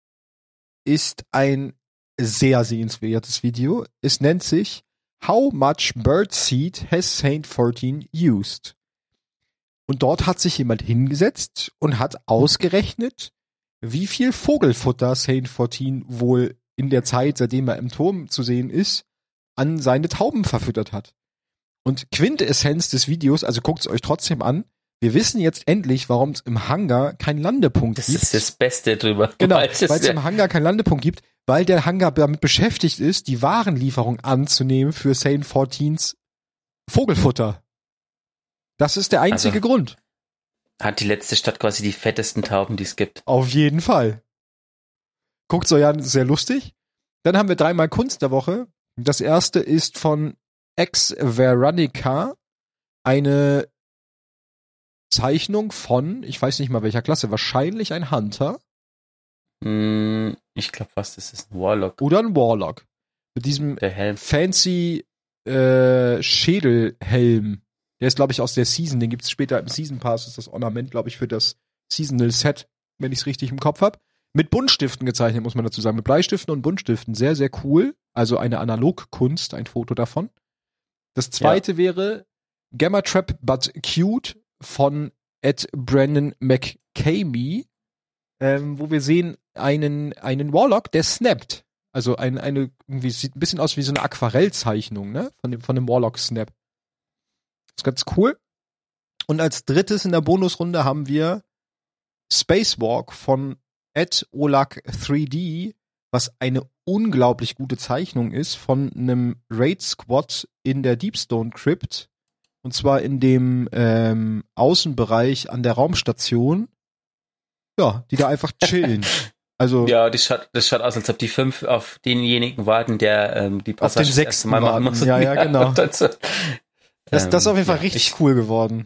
ist ein sehr sehenswertes Video. Es nennt sich How much Birdseed has Saint fourteen used? Und dort hat sich jemand hingesetzt und hat ausgerechnet, wie viel Vogelfutter Saint fourteen wohl in der Zeit, seitdem er im Turm zu sehen ist, an seine Tauben verfüttert hat. Und Quintessenz des Videos, also guckt es euch trotzdem an, wir wissen jetzt endlich, warum es im Hangar keinen Landepunkt Das gibt. ist das Beste drüber. Genau, Weil weil es es im Hangar keinen Landepunkt gibt, weil der Hangar damit beschäftigt ist, die Warenlieferung anzunehmen für Saint fourteens Vogelfutter. Das ist der einzige Also- Grund. hat die letzte Stadt quasi die fettesten Tauben, die es gibt. Auf jeden Fall. Guckt's euch an, sehr lustig. Dann haben wir dreimal Kunst der Woche. Das erste ist von Ex Veronica, eine Zeichnung von, ich weiß nicht mal welcher Klasse, wahrscheinlich ein Hunter Hm, ich glaube fast, das ist ein Warlock. oder ein Warlock. Mit diesem Der Helm. fancy äh, Schädelhelm. Der ist, glaube ich, aus der Season. Den gibt's später im Season Pass. Das ist das Ornament, glaube ich, für das Seasonal Set, wenn ich es richtig im Kopf habe. Mit Buntstiften gezeichnet, muss man dazu sagen. Mit Bleistiften und Buntstiften. Sehr, sehr cool. Also eine Analogkunst, ein Foto davon. Das zweite ja. wäre Gamma Trap But Cute von Ed Brandon McCamey, ähm, wo wir sehen einen, einen Warlock, der snappt. Also ein, eine, irgendwie sieht ein bisschen aus wie so eine Aquarellzeichnung, ne? Von dem, von dem Warlock-Snap. Das ist ganz cool. Und als drittes in der Bonusrunde haben wir Spacewalk von Ed Olak drei D, was eine unglaublich gute Zeichnung ist von einem Raid-Squad in der Deepstone Crypt. Und zwar in dem ähm, Außenbereich an der Raumstation. Ja, die da einfach chillen. Also Ja, das schaut, das schaut aus, als ob die fünf auf denjenigen warten, der ähm, die auf Passage den das sechsten erste Mal machen warten. muss. Ja, ja, genau. Und dann so, Das, das ist auf jeden Fall ähm, richtig ich, cool geworden.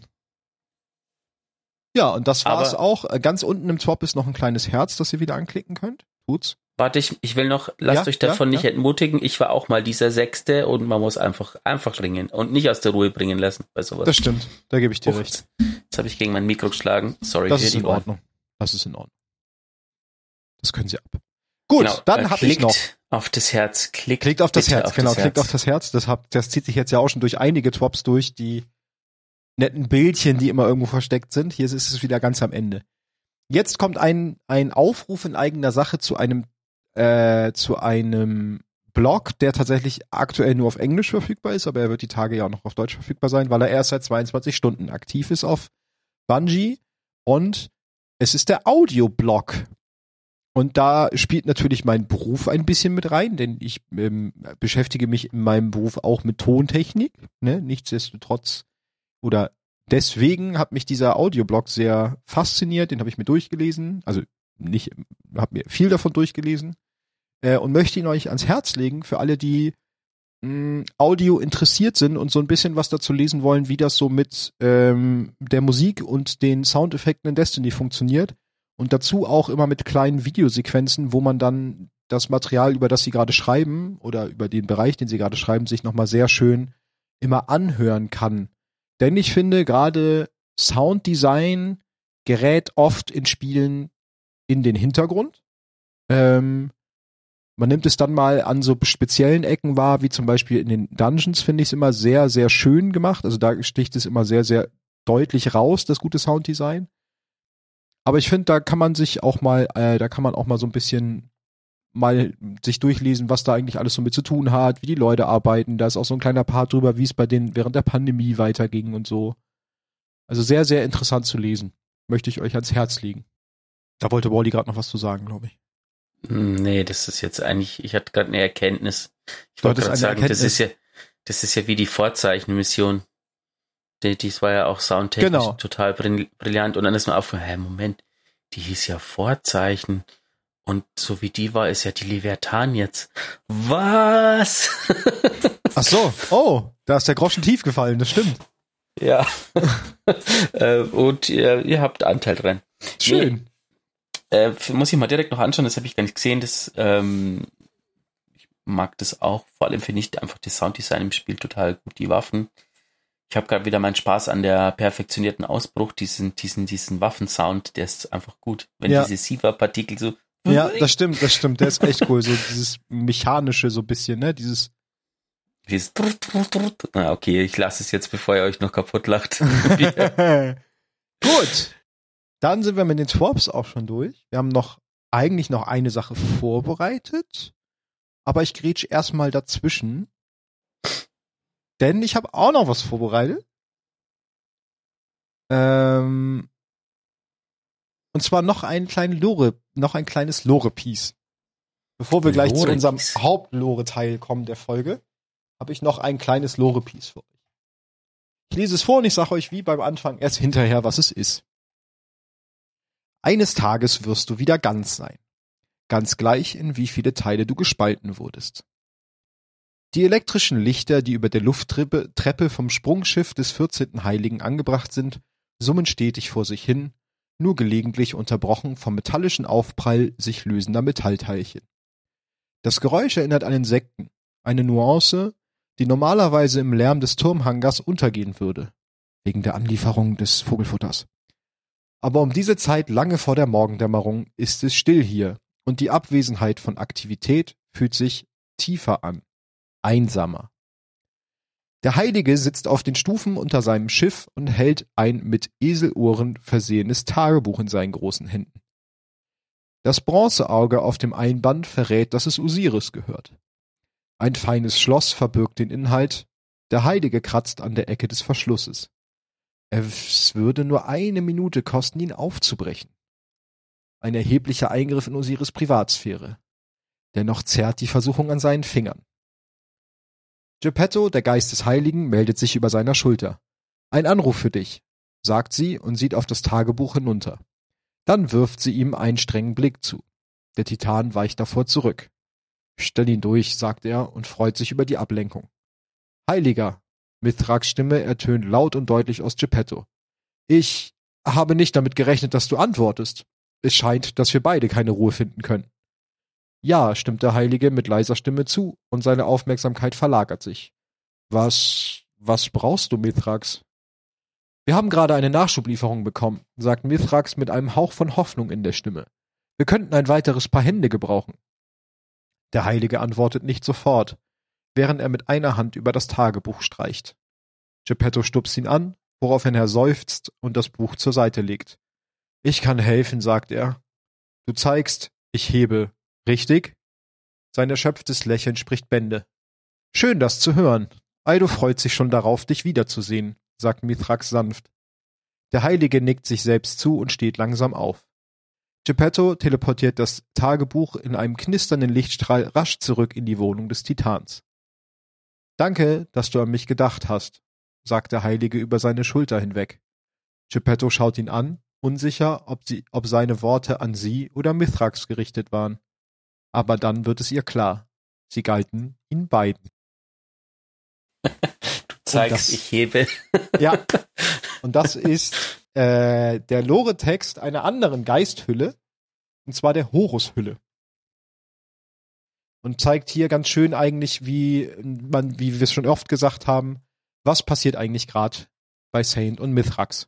Ja, und das war's Aber- auch. Äh, Ganz unten im Top ist noch ein kleines Herz, das ihr wieder anklicken könnt. Tut's. Warte, ich, ich will noch, lasst Ja, euch davon ja, nicht ja. entmutigen. Ich war auch mal dieser Sechste und man muss einfach, einfach ringen und nicht aus der Ruhe bringen lassen bei sowas. Das stimmt. Da gebe ich dir Uch, recht. Jetzt habe ich gegen mein Mikro geschlagen. Sorry Das für ist die in Ohren. Ordnung. Das ist in Ordnung. Das können sie ab. Gut, Genau, dann äh, hab ich klickt noch. auf das Herz. Klickt, Klickt auf das bitte Herz, auf genau, das klickt Herz. auf das Herz. Das, hab, das zieht sich jetzt ja auch schon durch einige Twops durch, die netten Bildchen, die immer irgendwo versteckt sind. Hier ist es wieder ganz am Ende. Jetzt kommt ein, ein Aufruf in eigener Sache zu einem, äh, zu einem Blog, der tatsächlich aktuell nur auf Englisch verfügbar ist, aber er wird die Tage ja auch noch auf Deutsch verfügbar sein, weil er erst seit zweiundzwanzig Stunden aktiv ist auf Bungie. Und es ist der Audioblog. Und da spielt natürlich mein Beruf ein bisschen mit rein, denn ich ähm, beschäftige mich in meinem Beruf auch mit Tontechnik. Ne? Nichtsdestotrotz oder deswegen hat mich dieser Audioblog sehr fasziniert. Den habe ich mir durchgelesen, also nicht, habe mir viel davon durchgelesen äh, und möchte ihn euch ans Herz legen für alle, die mh, Audio interessiert sind und so ein bisschen was dazu lesen wollen, wie das so mit ähm, der Musik und den Soundeffekten in Destiny funktioniert. Und dazu auch immer mit kleinen Videosequenzen, wo man dann das Material, über das sie gerade schreiben oder über den Bereich, den sie gerade schreiben, sich nochmal sehr schön immer anhören kann. Denn ich finde, gerade Sounddesign gerät oft in Spielen in den Hintergrund. Ähm, man nimmt es dann mal an so speziellen Ecken wahr, wie zum Beispiel in den Dungeons, finde ich es immer sehr, sehr schön gemacht. Also da sticht es immer sehr, sehr deutlich raus, das gute Sounddesign. Aber ich finde, da kann man sich auch mal, äh, da kann man auch mal so ein bisschen mal sich durchlesen, was da eigentlich alles so mit zu tun hat, wie die Leute arbeiten. Da ist auch so ein kleiner Part drüber, wie es bei denen während der Pandemie weiterging und so. Also sehr, sehr interessant zu lesen. Möchte ich euch ans Herz legen. Da wollte Wally gerade noch was zu sagen, glaube ich. Nee, das ist jetzt eigentlich, ich hatte gerade eine Erkenntnis. Ich Du wollte hattest gerade eine sagen, Erkenntnis? das ist ja, das ist ja wie die Vorzeichenmission. Die, dies war ja auch soundtechnisch Genau. total brill- brillant. Und dann ist mir aufgefallen, hä, Moment, die hieß ja Vorzeichen. Und so wie die war, ist ja die Leviathan jetzt. Was? Ach so, oh, da ist der Groschen tief gefallen, das stimmt. Ja. äh, und ihr, ihr habt Anteil dran. Schön. Nee, äh, muss ich mal direkt noch anschauen, das habe ich gar nicht gesehen. Das, ähm, ich mag das auch. Vor allem finde ich einfach das Sounddesign im Spiel total gut, die Waffen. Ich habe gerade wieder meinen Spaß an der perfektionierten Ausbruch, diesen, diesen, diesen Waffensound, der ist einfach gut. Wenn Ja. diese Siva-Partikel so. Ja, das stimmt, das stimmt, der ist echt cool. So dieses mechanische so ein bisschen, ne, dieses. Dieses ah, okay, ich lasse es jetzt, bevor ihr euch noch kaputt lacht. Gut. Dann sind wir mit den Twops auch schon durch. Wir haben noch eigentlich noch eine Sache vorbereitet, aber ich grätsch erstmal dazwischen, denn ich habe auch noch was vorbereitet. Ähm, und zwar noch einen kleinen Lore, noch ein kleines Lore-Piece. Bevor wir gleich zu unserem Lore-Piece. Haupt-Lore-Teil kommen der Folge, habe ich noch ein kleines Lore-Piece für euch. Ich lese es vor und ich sage euch wie beim Anfang erst hinterher, was es ist. Eines Tages wirst du wieder ganz sein. Ganz gleich, in wie viele Teile du gespalten wurdest. Die elektrischen Lichter, die über der Lufttreppe Treppe vom Sprungschiff des vierzehnten Heiligen angebracht sind, summen stetig vor sich hin, nur gelegentlich unterbrochen vom metallischen Aufprall sich lösender Metallteilchen. Das Geräusch erinnert an Insekten, eine Nuance, die normalerweise im Lärm des Turmhangars untergehen würde, wegen der Anlieferung des Vogelfutters. Aber um diese Zeit lange vor der Morgendämmerung ist es still hier und die Abwesenheit von Aktivität fühlt sich tiefer an, einsamer. Der Heilige sitzt auf den Stufen unter seinem Schiff und hält ein mit Eselohren versehenes Tagebuch in seinen großen Händen. Das Bronzeauge auf dem Einband verrät, dass es Osiris gehört. Ein feines Schloss verbirgt den Inhalt, der Heilige kratzt an der Ecke des Verschlusses. Es würde nur eine Minute kosten, ihn aufzubrechen. Ein erheblicher Eingriff in Osiris' Privatsphäre. Dennoch zerrt die Versuchung an seinen Fingern. Geppetto, der Geist des Heiligen, meldet sich über seiner Schulter. Ein Anruf für dich, sagt sie und sieht auf das Tagebuch hinunter. Dann wirft sie ihm einen strengen Blick zu. Der Titan weicht davor zurück. Stell ihn durch, sagt er und freut sich über die Ablenkung. Heiliger, Mithraks Stimme ertönt laut und deutlich aus Geppetto. Ich habe nicht damit gerechnet, dass du antwortest. Es scheint, dass wir beide keine Ruhe finden können. Ja, stimmt der Heilige mit leiser Stimme zu, und seine Aufmerksamkeit verlagert sich. Was, was brauchst du, Mithrax? Wir haben gerade eine Nachschublieferung bekommen, sagt Mithrax mit einem Hauch von Hoffnung in der Stimme. Wir könnten ein weiteres Paar Hände gebrauchen. Der Heilige antwortet nicht sofort, während er mit einer Hand über das Tagebuch streicht. Geppetto stupst ihn an, woraufhin er seufzt und das Buch zur Seite legt. Ich kann helfen, sagt er. Du zeigst, ich hebe. Richtig? Sein erschöpftes Lächeln spricht Bände. Schön, das zu hören. Aido freut sich schon darauf, dich wiederzusehen, sagt Mithrax sanft. Der Heilige nickt sich selbst zu und steht langsam auf. Geppetto teleportiert das Tagebuch in einem knisternden Lichtstrahl rasch zurück in die Wohnung des Titans. Danke, dass du an mich gedacht hast, sagt der Heilige über seine Schulter hinweg. Geppetto schaut ihn an, unsicher, ob, sie, ob seine Worte an sie oder Mithrax gerichtet waren. Aber dann wird es ihr klar. Sie galten ihnen beiden. Du zeigst, das, ich hebe. Ja, und das ist äh, der Lore-Text einer anderen Geisthülle, und zwar der Horushülle. Und zeigt hier ganz schön eigentlich, wie man, wie wir es schon oft gesagt haben, was passiert eigentlich gerade bei Saint und Mithrax.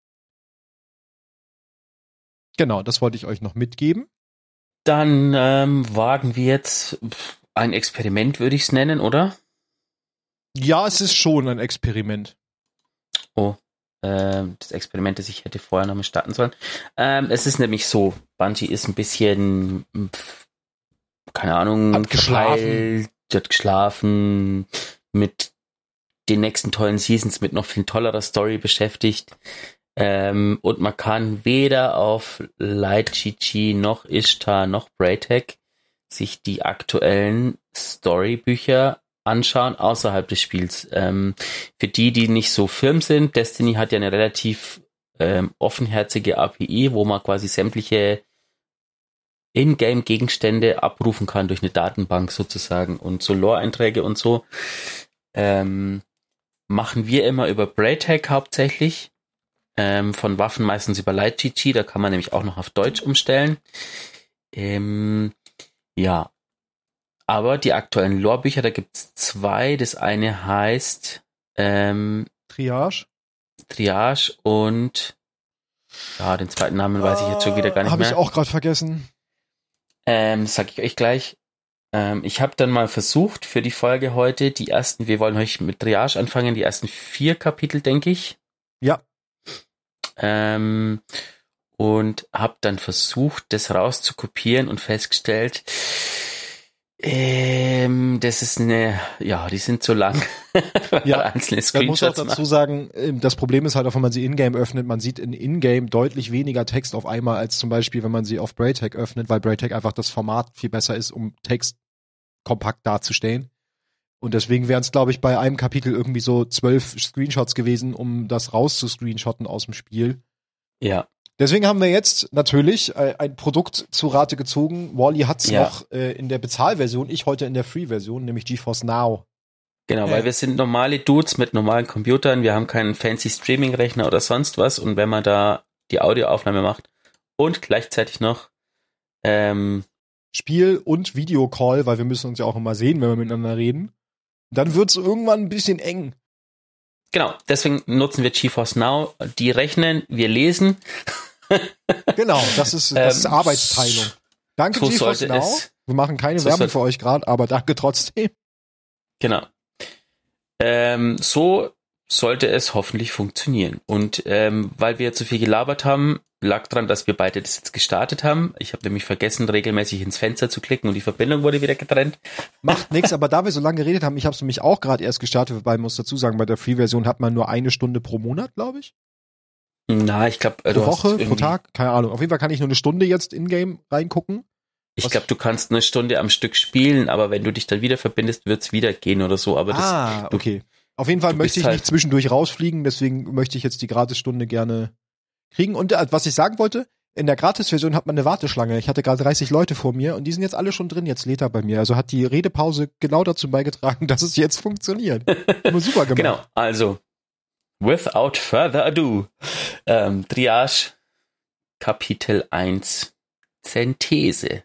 Genau, das wollte ich euch noch mitgeben. Dann ähm, wagen wir jetzt ein Experiment, würde ich es nennen, oder? Ja, es ist schon ein Experiment. Oh, ähm, das Experiment, das ich hätte vorher noch mal starten sollen. Ähm, es ist nämlich so, Bungie ist ein bisschen, pf, keine Ahnung, Hat geschlafen. verpeilt, hat geschlafen mit den nächsten tollen Seasons mit noch viel tollerer Story beschäftigt. Ähm, und man kann weder auf Light G G noch Ishtar noch Braytech sich die aktuellen Storybücher anschauen außerhalb des Spiels. Ähm, für die, die nicht so firm sind, Destiny hat ja eine relativ ähm, offenherzige A P I, wo man quasi sämtliche In-Game-Gegenstände abrufen kann durch eine Datenbank sozusagen und so Lore-Einträge und so. Ähm, machen wir immer über Braytech hauptsächlich. Ähm, von Waffen meistens über Light G G, da kann man nämlich auch noch auf Deutsch umstellen. Ähm, Ja, aber die aktuellen Lore-Bücher, da gibt's zwei. Das eine heißt ähm, Triage. Triage und ja, den zweiten Namen weiß ich jetzt schon wieder gar nicht Hab mehr. Habe ich auch gerade vergessen. Ähm, sag ich euch gleich. Ähm, ich habe dann mal versucht für die Folge heute, die ersten, wir wollen euch mit Triage anfangen, die ersten vier Kapitel, denke ich. Ja. Ähm, und habe dann versucht, das rauszukopieren und festgestellt, ähm, das ist eine, ja, die sind zu lang. Ja, einzelne man muss auch Screenshots dazu machen. sagen, ähm, das Problem ist halt auch, wenn man sie in-game öffnet, man sieht in in-game deutlich weniger Text auf einmal, als zum Beispiel, wenn man sie auf Braytech öffnet, weil Braytech einfach das Format viel besser ist, um Text kompakt darzustellen. Und deswegen wären es, glaube ich, bei einem Kapitel irgendwie so zwölf Screenshots gewesen, um das rauszuscreenshotten aus dem Spiel. Ja. Deswegen haben wir jetzt natürlich äh, ein Produkt zu Rate gezogen. Wally hat's Ja. noch äh, in der Bezahlversion, ich heute in der Free-Version, nämlich GeForce Now. Genau, Äh. weil wir sind normale Dudes mit normalen Computern, wir haben keinen fancy Streaming-Rechner oder sonst was und wenn man da die Audioaufnahme macht und gleichzeitig noch ähm, Spiel und Videocall, weil wir müssen uns ja auch immer sehen, wenn wir miteinander reden, dann wird's irgendwann ein bisschen eng. genau, deswegen nutzen wir GeForce Now, die rechnen, wir lesen. Genau, das ist, das ist Ähm, Arbeitsteilung. Danke so GeForce sollte Now. es- Wir machen keine so Werbung sollte- für euch gerade, aber danke trotzdem. Genau. Ähm, so sollte es hoffentlich funktionieren. Und ähm, weil wir zu viel gelabert haben, lag dran, dass wir beide das jetzt gestartet haben. Ich habe nämlich vergessen, regelmäßig ins Fenster zu klicken und die Verbindung wurde wieder getrennt. Macht nichts, aber da wir so lange geredet haben, ich habe es nämlich auch gerade erst gestartet, wobei man muss dazu sagen, bei der Free-Version hat man nur eine Stunde pro Monat, glaube ich. Na, ich glaube, Pro Woche, pro Tag, keine Ahnung. Auf jeden Fall kann ich nur eine Stunde jetzt in-game reingucken. Ich Was- glaube, du kannst eine Stunde am Stück spielen, aber wenn du dich dann wieder verbindest, wird's wieder gehen oder so. Aber das, ah, du- okay. Auf jeden Fall du möchte bist ich halt- nicht zwischendurch rausfliegen, deswegen möchte ich jetzt die Gratisstunde gerne kriegen. Und äh, was ich sagen wollte, in der Gratis-Version hat man eine Warteschlange. Ich hatte gerade dreißig Leute vor mir und die sind jetzt alle schon drin. Jetzt lädt er bei mir. Also hat die Redepause genau dazu beigetragen, dass es jetzt funktioniert. Immer super gemacht. Genau, also, without further ado, ähm, Triage, Kapitel eins, Zenthese.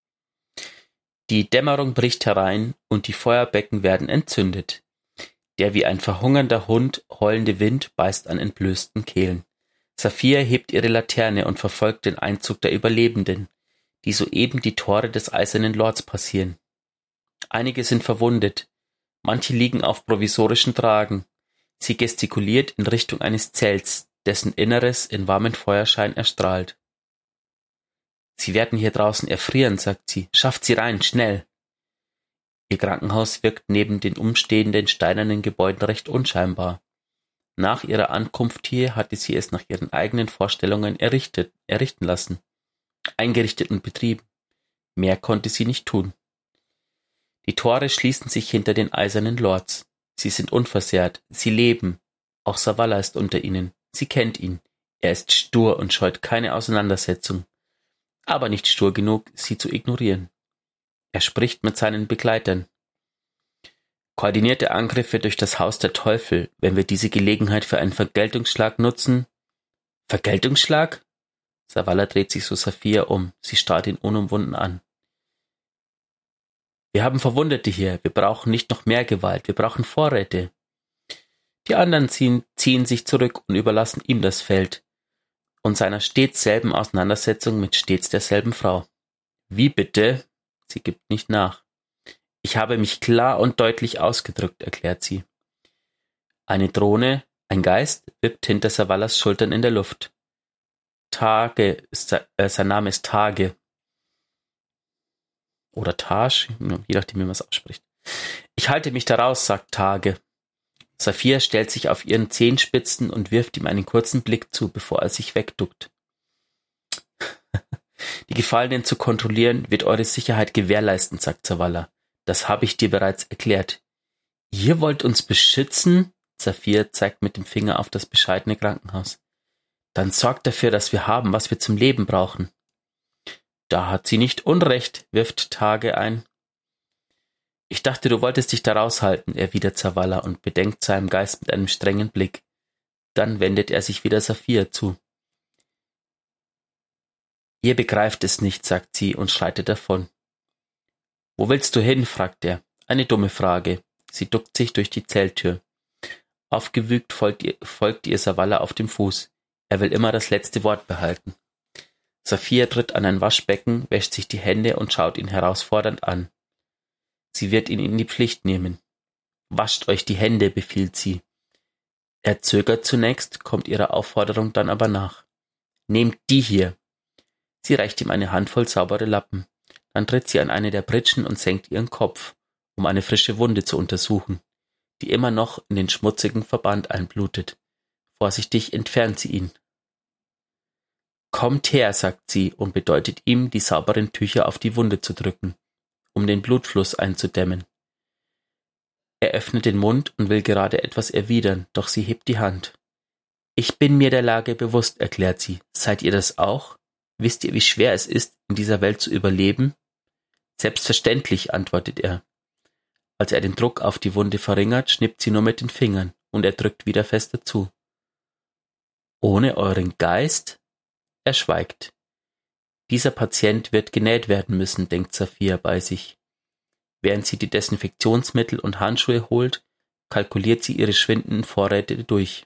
Die Dämmerung bricht herein und die Feuerbecken werden entzündet. Der wie ein verhungernder Hund heulende Wind beißt an entblößten Kehlen. Saphir hebt ihre Laterne und verfolgt den Einzug der Überlebenden, die soeben die Tore des Eisernen Lords passieren. Einige sind verwundet, manche liegen auf provisorischen Tragen. Sie gestikuliert in Richtung eines Zelts, dessen Inneres in warmem Feuerschein erstrahlt. Sie werden hier draußen erfrieren, sagt sie. Schafft sie rein, schnell! Ihr Krankenhaus wirkt neben den umstehenden steinernen Gebäuden recht unscheinbar. Nach ihrer Ankunft hier hatte sie es nach ihren eigenen Vorstellungen errichtet, errichten lassen. Eingerichtet und betrieben. Mehr konnte sie nicht tun. Die Tore schließen sich hinter den eisernen Lords. Sie sind unversehrt, sie leben. Auch Zavala ist unter ihnen. Sie kennt ihn. Er ist stur und scheut keine Auseinandersetzung. Aber nicht stur genug, sie zu ignorieren. Er spricht mit seinen Begleitern. Koordinierte Angriffe durch das Haus der Teufel, wenn wir diese Gelegenheit für einen Vergeltungsschlag nutzen. Vergeltungsschlag? Zavala dreht sich zu Saphir um. Sie starrt ihn unumwunden an. Wir haben Verwundete hier. Wir brauchen nicht noch mehr Gewalt. Wir brauchen Vorräte. Die anderen ziehen, ziehen sich zurück und überlassen ihm das Feld. Und seiner stets selben Auseinandersetzung mit stets derselben Frau. Wie bitte? Sie gibt nicht nach. Ich habe mich klar und deutlich ausgedrückt, erklärt sie. Eine Drohne, ein Geist, wippt hinter Zavalas Schultern in der Luft. Tage, äh, sein Name ist Tage. Oder Taj, je nachdem, wie man es ausspricht. Ich halte mich da raus, sagt Tage. Saphir stellt sich auf ihren Zehenspitzen und wirft ihm einen kurzen Blick zu, bevor er sich wegduckt. Die Gefallenen zu kontrollieren, wird eure Sicherheit gewährleisten, sagt Zavala. Das habe ich dir bereits erklärt. Ihr wollt uns beschützen? Saphir zeigt mit dem Finger auf das bescheidene Krankenhaus. Dann sorgt dafür, dass wir haben, was wir zum Leben brauchen. Da hat sie nicht Unrecht, wirft Tage ein. Ich dachte, du wolltest dich da raushalten, erwidert Zavala und bedenkt seinem Geist mit einem strengen Blick. Dann wendet er sich wieder Saphir zu. Ihr begreift es nicht, sagt sie und schreitet davon. Wo willst du hin? fragt er. Eine dumme Frage. Sie duckt sich durch die Zelttür. Aufgewügt folgt ihr, folgt ihr Zavala auf dem Fuß. Er will immer das letzte Wort behalten. Saphir tritt an ein Waschbecken, wäscht sich die Hände und schaut ihn herausfordernd an. Sie wird ihn in die Pflicht nehmen. Wascht euch die Hände, befiehlt sie. Er zögert zunächst, kommt ihrer Aufforderung dann aber nach. Nehmt die hier. Sie reicht ihm eine Handvoll saubere Lappen. Dann tritt sie an eine der Pritschen und senkt ihren Kopf, um eine frische Wunde zu untersuchen, die immer noch in den schmutzigen Verband einblutet. Vorsichtig entfernt sie ihn. Kommt her, sagt sie und bedeutet ihm, die sauberen Tücher auf die Wunde zu drücken, um den Blutfluss einzudämmen. Er öffnet den Mund und will gerade etwas erwidern, doch sie hebt die Hand. Ich bin mir der Lage bewusst, erklärt sie. Seid ihr das auch? Wisst ihr, wie schwer es ist, in dieser Welt zu überleben? Selbstverständlich, antwortet er. Als er den Druck auf die Wunde verringert, schnippt sie nur mit den Fingern und er drückt wieder fester zu. Ohne euren Geist? Er schweigt. Dieser Patient wird genäht werden müssen, denkt Saphir bei sich. Während sie die Desinfektionsmittel und Handschuhe holt, kalkuliert sie ihre schwindenden Vorräte durch.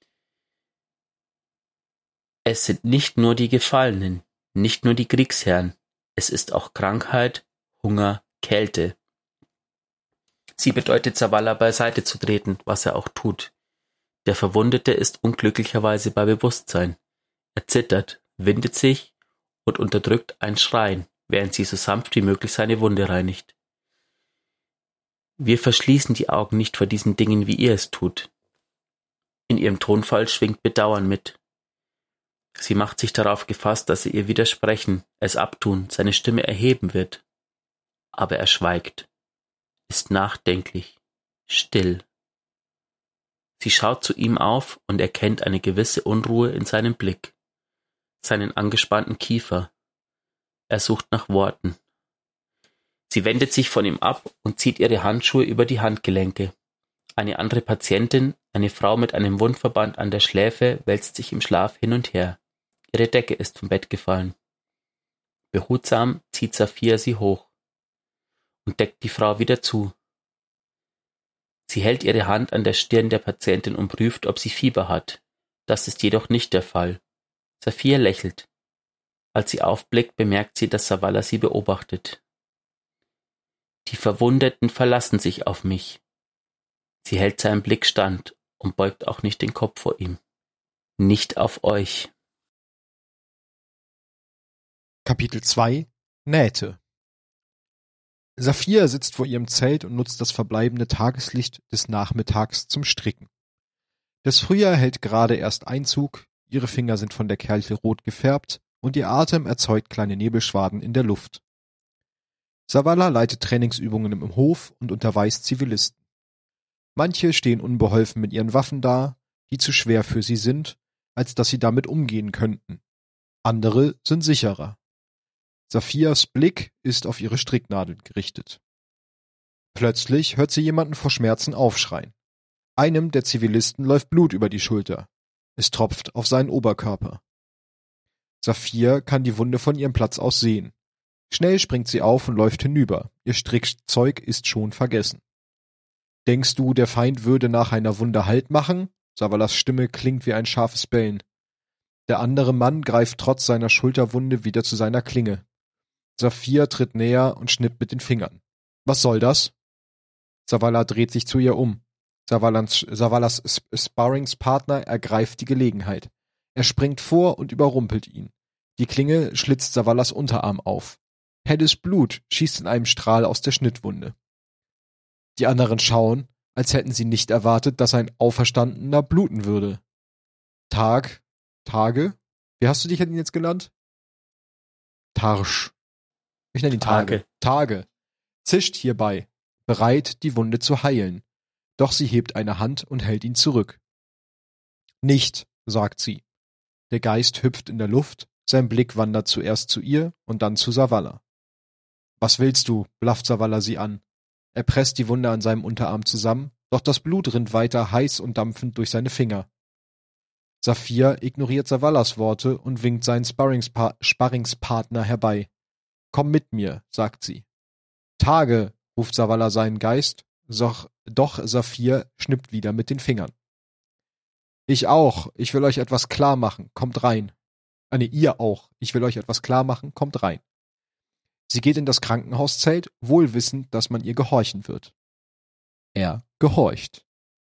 Es sind nicht nur die Gefallenen, nicht nur die Kriegsherren, es ist auch Krankheit, Hunger, Kälte. Sie bedeutet Zavala beiseite zu treten, was er auch tut. Der Verwundete ist unglücklicherweise bei Bewusstsein. Er zittert, windet sich und unterdrückt ein Schreien, während sie so sanft wie möglich seine Wunde reinigt. Wir verschließen die Augen nicht vor diesen Dingen, wie ihr es tut. In ihrem Tonfall schwingt Bedauern mit. Sie macht sich darauf gefasst, dass er ihr widersprechen, es abtun, seine Stimme erheben wird. Aber er schweigt, ist nachdenklich, still. Sie schaut zu ihm auf und erkennt eine gewisse Unruhe in seinem Blick, seinen angespannten Kiefer. Er sucht nach Worten. Sie wendet sich von ihm ab und zieht ihre Handschuhe über die Handgelenke. Eine andere Patientin, eine Frau mit einem Wundverband an der Schläfe, wälzt sich im Schlaf hin und her. Ihre Decke ist vom Bett gefallen. Behutsam zieht Saphir sie hoch und deckt die Frau wieder zu. Sie hält ihre Hand an der Stirn der Patientin und prüft, ob sie Fieber hat. Das ist jedoch nicht der Fall. Saphir lächelt. Als sie aufblickt, bemerkt sie, dass Zavala sie beobachtet. Die Verwundeten verlassen sich auf mich. Sie hält seinen Blick stand und beugt auch nicht den Kopf vor ihm. Nicht auf euch. Kapitel zwei Nähte. Saphir sitzt vor ihrem Zelt und nutzt das verbleibende Tageslicht des Nachmittags zum Stricken. Das Frühjahr hält gerade erst Einzug, ihre Finger sind von der Kälte rot gefärbt und ihr Atem erzeugt kleine Nebelschwaden in der Luft. Zavala leitet Trainingsübungen im Hof und unterweist Zivilisten. Manche stehen unbeholfen mit ihren Waffen da, die zu schwer für sie sind, als dass sie damit umgehen könnten. Andere sind sicherer. Saphirs Blick ist auf ihre Stricknadeln gerichtet. Plötzlich hört sie jemanden vor Schmerzen aufschreien. Einem der Zivilisten läuft Blut über die Schulter. Es tropft auf seinen Oberkörper. Saphir kann die Wunde von ihrem Platz aus sehen. Schnell springt sie auf und läuft hinüber. Ihr Strickzeug ist schon vergessen. Denkst du, der Feind würde nach einer Wunde Halt machen? Zavalas Stimme klingt wie ein scharfes Bellen. Der andere Mann greift trotz seiner Schulterwunde wieder zu seiner Klinge. Saphir tritt näher und schnippt mit den Fingern. Was soll das? Zavala dreht sich zu ihr um. Zavalans, Zavalas Sparringspartner ergreift die Gelegenheit. Er springt vor und überrumpelt ihn. Die Klinge schlitzt Zavalas Unterarm auf. Helles Blut schießt in einem Strahl aus der Schnittwunde. Die anderen schauen, als hätten sie nicht erwartet, dass ein Auferstandener bluten würde. Tag, Tage, wie hast du dich an ihn jetzt genannt? Tarsch. Ich nenne ihn Tage. Tage. Zischt hierbei, bereit, die Wunde zu heilen. Doch sie hebt eine Hand und hält ihn zurück. Nicht, sagt sie. Der Geist hüpft in der Luft, sein Blick wandert zuerst zu ihr und dann zu Zavala. Was willst du? Blafft Zavala sie an. Er presst die Wunde an seinem Unterarm zusammen, doch das Blut rinnt weiter heiß und dampfend durch seine Finger. Saphir ignoriert Zavalas Worte und winkt seinen Sparringspa- Sparringspartner herbei. Komm mit mir, sagt sie. Tage, ruft Zavala seinen Geist, doch, doch Saphir schnippt wieder mit den Fingern. Ich auch, ich will euch etwas klar machen, kommt rein. Ah, nee, ihr auch, ich will euch etwas klar machen, kommt rein. Sie geht in das Krankenhauszelt, wohl wissend, dass man ihr gehorchen wird. Er gehorcht.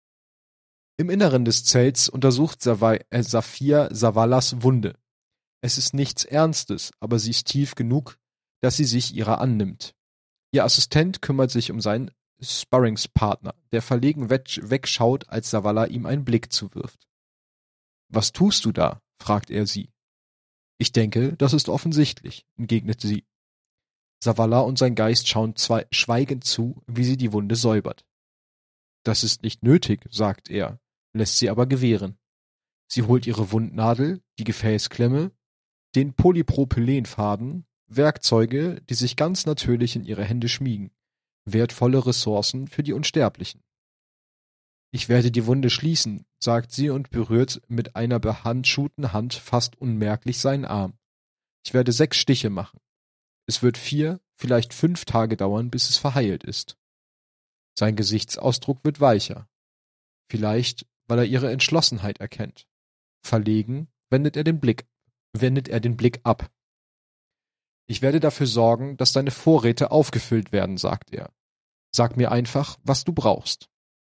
Im Inneren des Zelts untersucht Saphir äh, Zavalas Wunde. Es ist nichts Ernstes, aber sie ist tief genug, dass sie sich ihrer annimmt. Ihr Assistent kümmert sich um seinen Sparringspartner, der verlegen wegschaut, als Zavala ihm einen Blick zuwirft. »Was tust du da?« fragt er sie. »Ich denke, das ist offensichtlich«, entgegnet sie. Zavala und sein Geist schauen zwei schweigend zu, wie sie die Wunde säubert. »Das ist nicht nötig«, sagt er, lässt sie aber gewähren. Sie holt ihre Wundnadel, die Gefäßklemme, den Polypropylenfaden, Werkzeuge, die sich ganz natürlich in ihre Hände schmiegen, wertvolle Ressourcen für die Unsterblichen. »Ich werde die Wunde schließen«, sagt sie und berührt mit einer behandschuhten Hand fast unmerklich seinen Arm. »Ich werde sechs Stiche machen. Es wird vier, vielleicht fünf Tage dauern, bis es verheilt ist.« Sein Gesichtsausdruck wird weicher. Vielleicht, weil er ihre Entschlossenheit erkennt. Verlegen wendet er den Blick, wendet er den Blick ab. »Ich werde dafür sorgen, dass deine Vorräte aufgefüllt werden«, sagt er. »Sag mir einfach, was du brauchst.«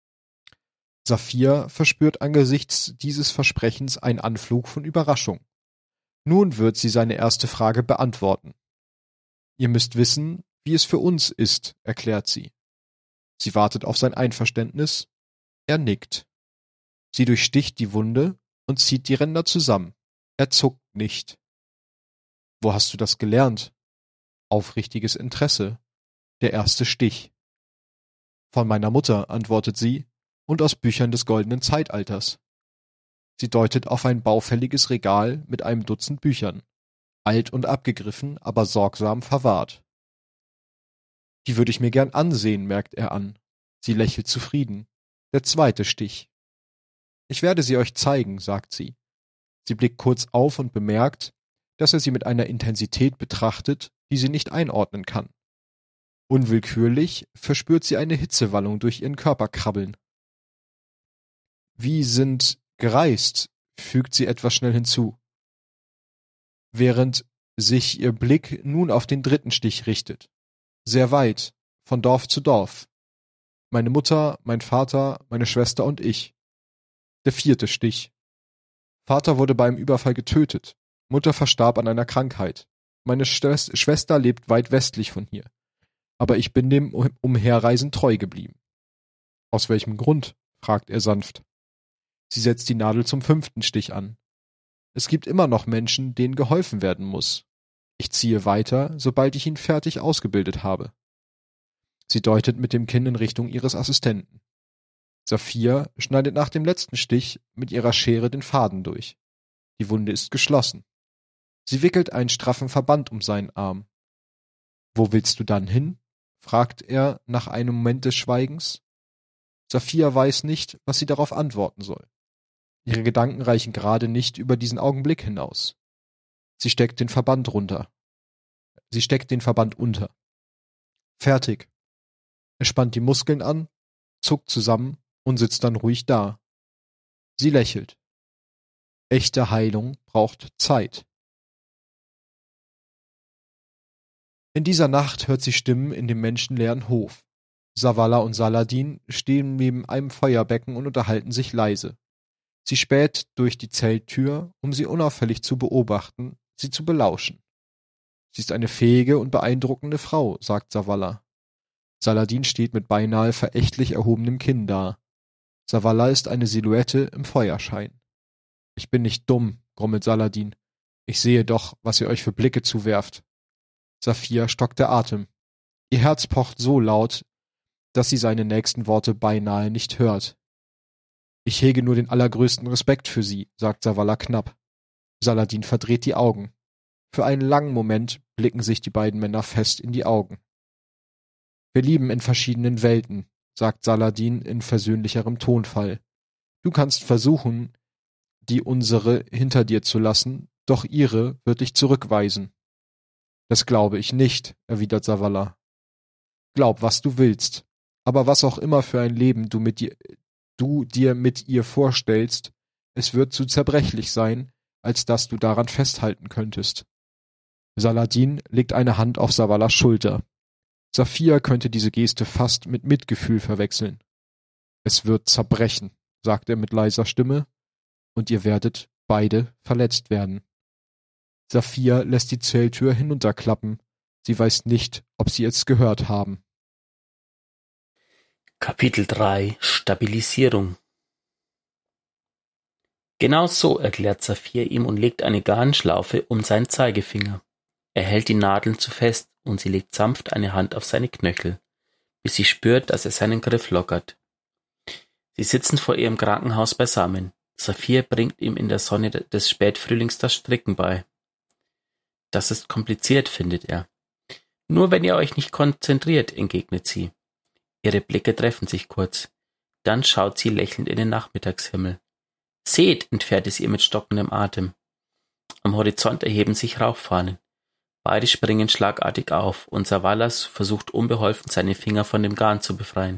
Saphir verspürt angesichts dieses Versprechens einen Anflug von Überraschung. Nun wird sie seine erste Frage beantworten. »Ihr müsst wissen, wie es für uns ist«, erklärt sie. Sie wartet auf sein Einverständnis. Er nickt. Sie durchsticht die Wunde und zieht die Ränder zusammen. Er zuckt nicht. »Wo hast du das gelernt?« Aufrichtiges Interesse. Der erste Stich. »Von meiner Mutter«, antwortet sie, »und aus Büchern des goldenen Zeitalters.« Sie deutet auf ein baufälliges Regal mit einem Dutzend Büchern. Alt und abgegriffen, aber sorgsam verwahrt. »Die würde ich mir gern ansehen«, merkt er an. Sie lächelt zufrieden. Der zweite Stich. »Ich werde sie euch zeigen«, sagt sie. Sie blickt kurz auf und bemerkt, dass er sie mit einer Intensität betrachtet, die sie nicht einordnen kann. Unwillkürlich verspürt sie eine Hitzewallung durch ihren Körper krabbeln. »Wie sind gereist«, fügt sie etwas schnell hinzu, während sich ihr Blick nun auf den dritten Stich richtet. »Sehr weit, von Dorf zu Dorf. Meine Mutter, mein Vater, meine Schwester und ich.« Der vierte Stich. »Vater wurde beim Überfall getötet. Mutter verstarb an einer Krankheit. Meine Schwest- Schwester lebt weit westlich von hier. Aber ich bin dem Umherreisen treu geblieben.« »Aus welchem Grund?«, fragt er sanft. Sie setzt die Nadel zum fünften Stich an. »Es gibt immer noch Menschen, denen geholfen werden muss. Ich ziehe weiter, sobald ich ihn fertig ausgebildet habe.« Sie deutet mit dem Kinn in Richtung ihres Assistenten. Saphir schneidet nach dem letzten Stich mit ihrer Schere den Faden durch. Die Wunde ist geschlossen. Sie wickelt einen straffen Verband um seinen Arm. »Wo willst du dann hin?«, fragt er nach einem Moment des Schweigens. Saphir weiß nicht, was sie darauf antworten soll. Ihre Gedanken reichen gerade nicht über diesen Augenblick hinaus. Sie steckt den Verband runter. Sie steckt den Verband unter. Fertig. Er spannt die Muskeln an, zuckt zusammen und sitzt dann ruhig da. Sie lächelt. Echte Heilung braucht Zeit. In dieser Nacht hört sie Stimmen in dem menschenleeren Hof. Zavala und Saladin stehen neben einem Feuerbecken und unterhalten sich leise. Sie späht durch die Zelttür, um sie unauffällig zu beobachten, sie zu belauschen. »Sie ist eine fähige und beeindruckende Frau«, sagt Zavala. Saladin steht mit beinahe verächtlich erhobenem Kinn da. Zavala ist eine Silhouette im Feuerschein. »Ich bin nicht dumm«, grummelt Saladin. »Ich sehe doch, was ihr euch für Blicke zuwerft.« Saphir stockt der Atem. Ihr Herz pocht so laut, dass sie seine nächsten Worte beinahe nicht hört. »Ich hege nur den allergrößten Respekt für Sie«, sagt Zavala knapp. Saladin verdreht die Augen. Für einen langen Moment blicken sich die beiden Männer fest in die Augen. »Wir lieben in verschiedenen Welten«, sagt Saladin in versöhnlicherem Tonfall. »Du kannst versuchen, die unsere hinter dir zu lassen, doch ihre wird dich zurückweisen.« »Das glaube ich nicht«, erwidert Zavala. »Glaub, was du willst. Aber was auch immer für ein Leben du mit dir, du dir mit ihr vorstellst, es wird zu zerbrechlich sein, als dass du daran festhalten könntest.« Saladin legt eine Hand auf Zavalas Schulter. Saphir könnte diese Geste fast mit Mitgefühl verwechseln. »Es wird zerbrechen«, sagt er mit leiser Stimme, »und ihr werdet beide verletzt werden.« Saphir lässt die Zelltür hinunterklappen. Sie weiß nicht, ob sie es gehört haben. Kapitel drei Stabilisierung. Genau so, erklärt Saphir ihm und legt eine Garnschlaufe um seinen Zeigefinger. Er hält die Nadeln zu fest und sie legt sanft eine Hand auf seine Knöchel, bis sie spürt, dass er seinen Griff lockert. Sie sitzen vor ihrem Krankenhaus beisammen. Saphir bringt ihm in der Sonne des Spätfrühlings das Stricken bei. Das ist kompliziert, findet er. Nur wenn ihr euch nicht konzentriert, entgegnet sie. Ihre Blicke treffen sich kurz. Dann schaut sie lächelnd in den Nachmittagshimmel. Seht, entfährt es ihr mit stockendem Atem. Am Horizont erheben sich Rauchfahnen. Beide springen schlagartig auf und Zavala versucht unbeholfen, seine Finger von dem Garn zu befreien.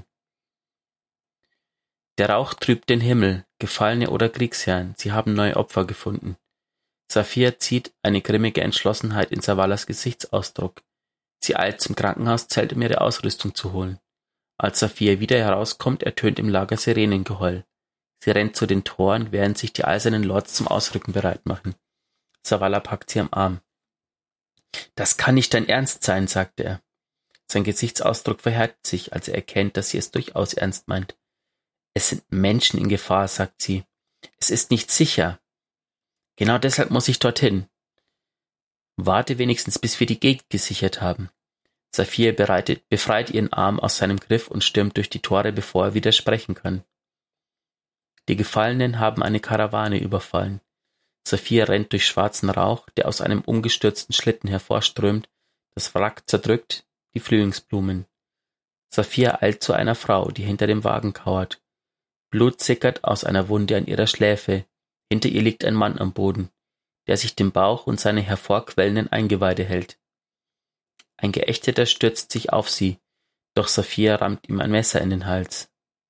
Der Rauch trübt den Himmel, Gefallene oder Kriegsherren, sie haben neue Opfer gefunden. Saphir zieht eine grimmige Entschlossenheit in Zavalas Gesichtsausdruck. Sie eilt zum Krankenhauszelt, um ihre Ausrüstung zu holen. Als Saphir wieder herauskommt, ertönt im Lager Sirenengeheul. Sie rennt zu den Toren, während sich die eisernen Lords zum Ausrücken bereit machen. Zavala packt sie am Arm. »Das kann nicht dein Ernst sein«, sagt er. Sein Gesichtsausdruck verhärtet sich, als er erkennt, dass sie es durchaus ernst meint. »Es sind Menschen in Gefahr«, sagt sie. »Es ist nicht sicher. Genau deshalb muss ich dorthin. Warte wenigstens, bis wir die Gegend gesichert haben.« Saphir bereitet, befreit ihren Arm aus seinem Griff und stürmt durch die Tore, bevor er widersprechen kann. Die Gefallenen haben eine Karawane überfallen. Saphir rennt durch schwarzen Rauch, der aus einem umgestürzten Schlitten hervorströmt, das Wrack zerdrückt, die Frühlingsblumen. Saphir eilt zu einer Frau, die hinter dem Wagen kauert. Blut sickert aus einer Wunde an ihrer Schläfe. Hinter ihr liegt ein Mann am Boden, der sich den Bauch und seine hervorquellenden Eingeweide hält. Ein Geächteter stürzt sich auf sie, doch Saphir rammt ihm ein Messer in den Hals.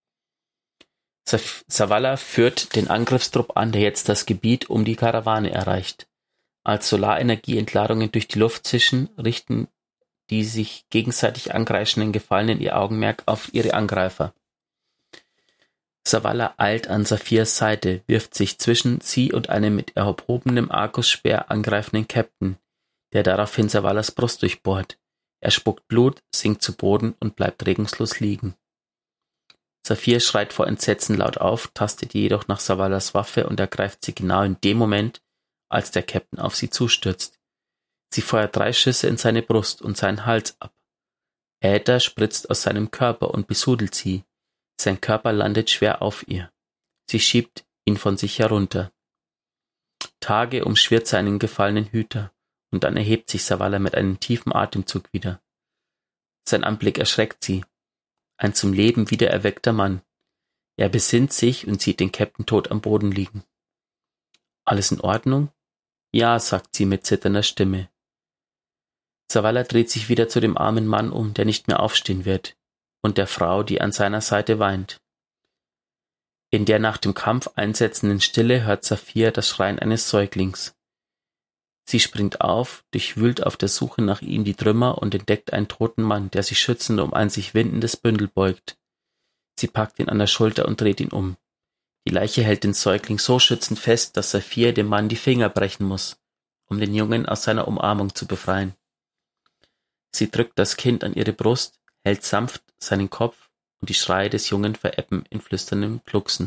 Zavala führt den Angriffstrupp an, der jetzt das Gebiet um die Karawane erreicht. Als Solarenergieentladungen durch die Luft zischen, richten die sich gegenseitig angreischenden Gefallenen ihr Augenmerk auf ihre Angreifer. Zavala eilt an Saphirs Seite, wirft sich zwischen sie und einem mit erhobenem Argusspeer angreifenden Captain, der daraufhin Zavalas Brust durchbohrt. Er spuckt Blut, sinkt zu Boden und bleibt regungslos liegen. Saphir schreit vor Entsetzen laut auf, tastet jedoch nach Zavalas Waffe und ergreift sie genau in dem Moment, als der Captain auf sie zustürzt. Sie feuert drei Schüsse in seine Brust und seinen Hals ab. Äther spritzt aus seinem Körper und besudelt sie. Sein Körper landet schwer auf ihr. Sie schiebt ihn von sich herunter. Tage umschwirrt seinen gefallenen Hüter, und dann erhebt sich Zavala mit einem tiefen Atemzug wieder. Sein Anblick erschreckt sie. Ein zum Leben wiedererweckter Mann. Er besinnt sich und sieht den Captain tot am Boden liegen. »Alles in Ordnung?« »Ja«, sagt sie mit zitternder Stimme. Zavala dreht sich wieder zu dem armen Mann um, der nicht mehr aufstehen wird, und der Frau, die an seiner Seite weint. In der nach dem Kampf einsetzenden Stille hört Saphir das Schreien eines Säuglings. Sie springt auf, durchwühlt auf der Suche nach ihm die Trümmer und entdeckt einen toten Mann, der sich schützend um ein sich windendes Bündel beugt. Sie packt ihn an der Schulter und dreht ihn um. Die Leiche hält den Säugling so schützend fest, dass Saphir dem Mann die Finger brechen muss, um den Jungen aus seiner Umarmung zu befreien. Sie drückt das Kind an ihre Brust, hält sanft seinen Kopf und die Schreie des Jungen verebben in flüsterndem Glucksen.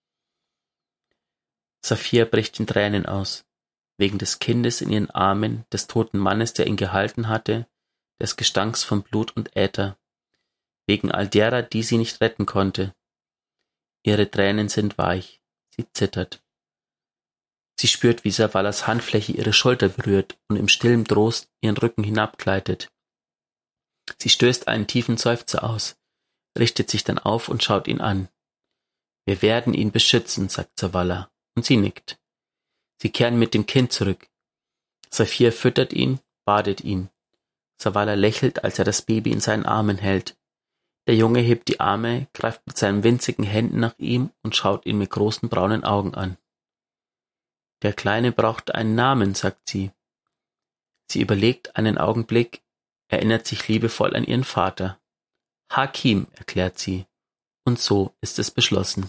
Saphir bricht in Tränen aus, wegen des Kindes in ihren Armen, des toten Mannes, der ihn gehalten hatte, des Gestanks von Blut und Äther, wegen all derer, die sie nicht retten konnte. Ihre Tränen sind weich, sie zittert. Sie spürt, wie Savalas Handfläche ihre Schulter berührt und im stillen Trost ihren Rücken hinabgleitet. Sie stößt einen tiefen Seufzer aus, richtet sich dann auf und schaut ihn an. »Wir werden ihn beschützen«, sagt Zavala, und sie nickt. Sie kehren mit dem Kind zurück. Saphir füttert ihn, badet ihn. Zavala lächelt, als er das Baby in seinen Armen hält. Der Junge hebt die Arme, greift mit seinen winzigen Händen nach ihm und schaut ihn mit großen braunen Augen an. »Der Kleine braucht einen Namen«, sagt sie. Sie überlegt einen Augenblick, erinnert sich liebevoll an ihren Vater. »Hakim«, erklärt sie, und so ist es beschlossen.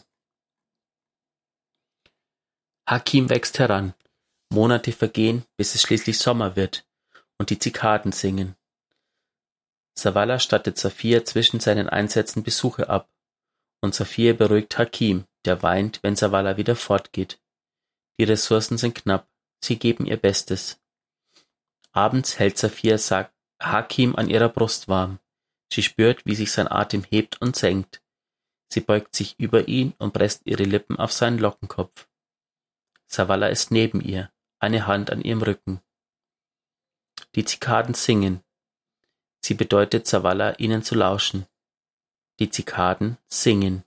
Hakim wächst heran. Monate vergehen, bis es schließlich Sommer wird und die Zikaden singen. Zavala stattet Saphir zwischen seinen Einsätzen Besuche ab, und Saphir beruhigt Hakim, der weint, wenn Zavala wieder fortgeht. Die Ressourcen sind knapp, sie geben ihr Bestes. Abends hält Saphir Hakim an ihrer Brust warm. Sie spürt, wie sich sein Atem hebt und senkt. Sie beugt sich über ihn und presst ihre Lippen auf seinen Lockenkopf. Zavala ist neben ihr, eine Hand an ihrem Rücken. Die Zikaden singen. Sie bedeutet Zavala, ihnen zu lauschen. Die Zikaden singen.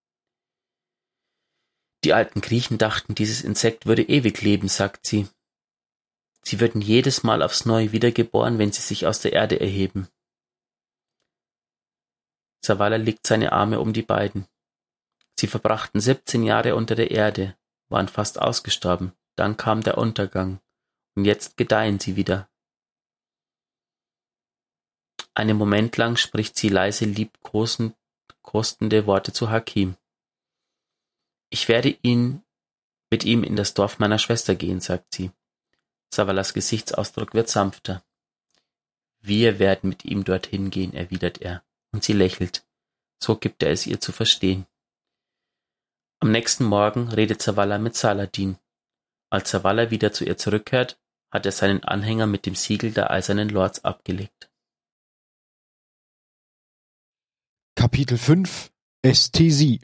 Die alten Griechen dachten, dieses Insekt würde ewig leben, sagt sie. Sie würden jedes Mal aufs Neue wiedergeboren, wenn sie sich aus der Erde erheben. Zavala legt seine Arme um die beiden. Sie verbrachten siebzehn Jahre unter der Erde, waren fast ausgestorben, dann kam der Untergang, und jetzt gedeihen sie wieder. Einen Moment lang spricht sie leise liebkosende Worte zu Hakim. »Ich werde ihn mit ihm in das Dorf meiner Schwester gehen«, sagt sie. Zavalas Gesichtsausdruck wird sanfter. »Wir werden mit ihm dorthin gehen«, erwidert er, und sie lächelt. So gibt er es ihr zu verstehen. Am nächsten Morgen redet Zavala mit Saladin. Als Zavala wieder zu ihr zurückkehrt, hat er seinen Anhänger mit dem Siegel der Eisernen Lords abgelegt. Kapitel fünf Ästhesie.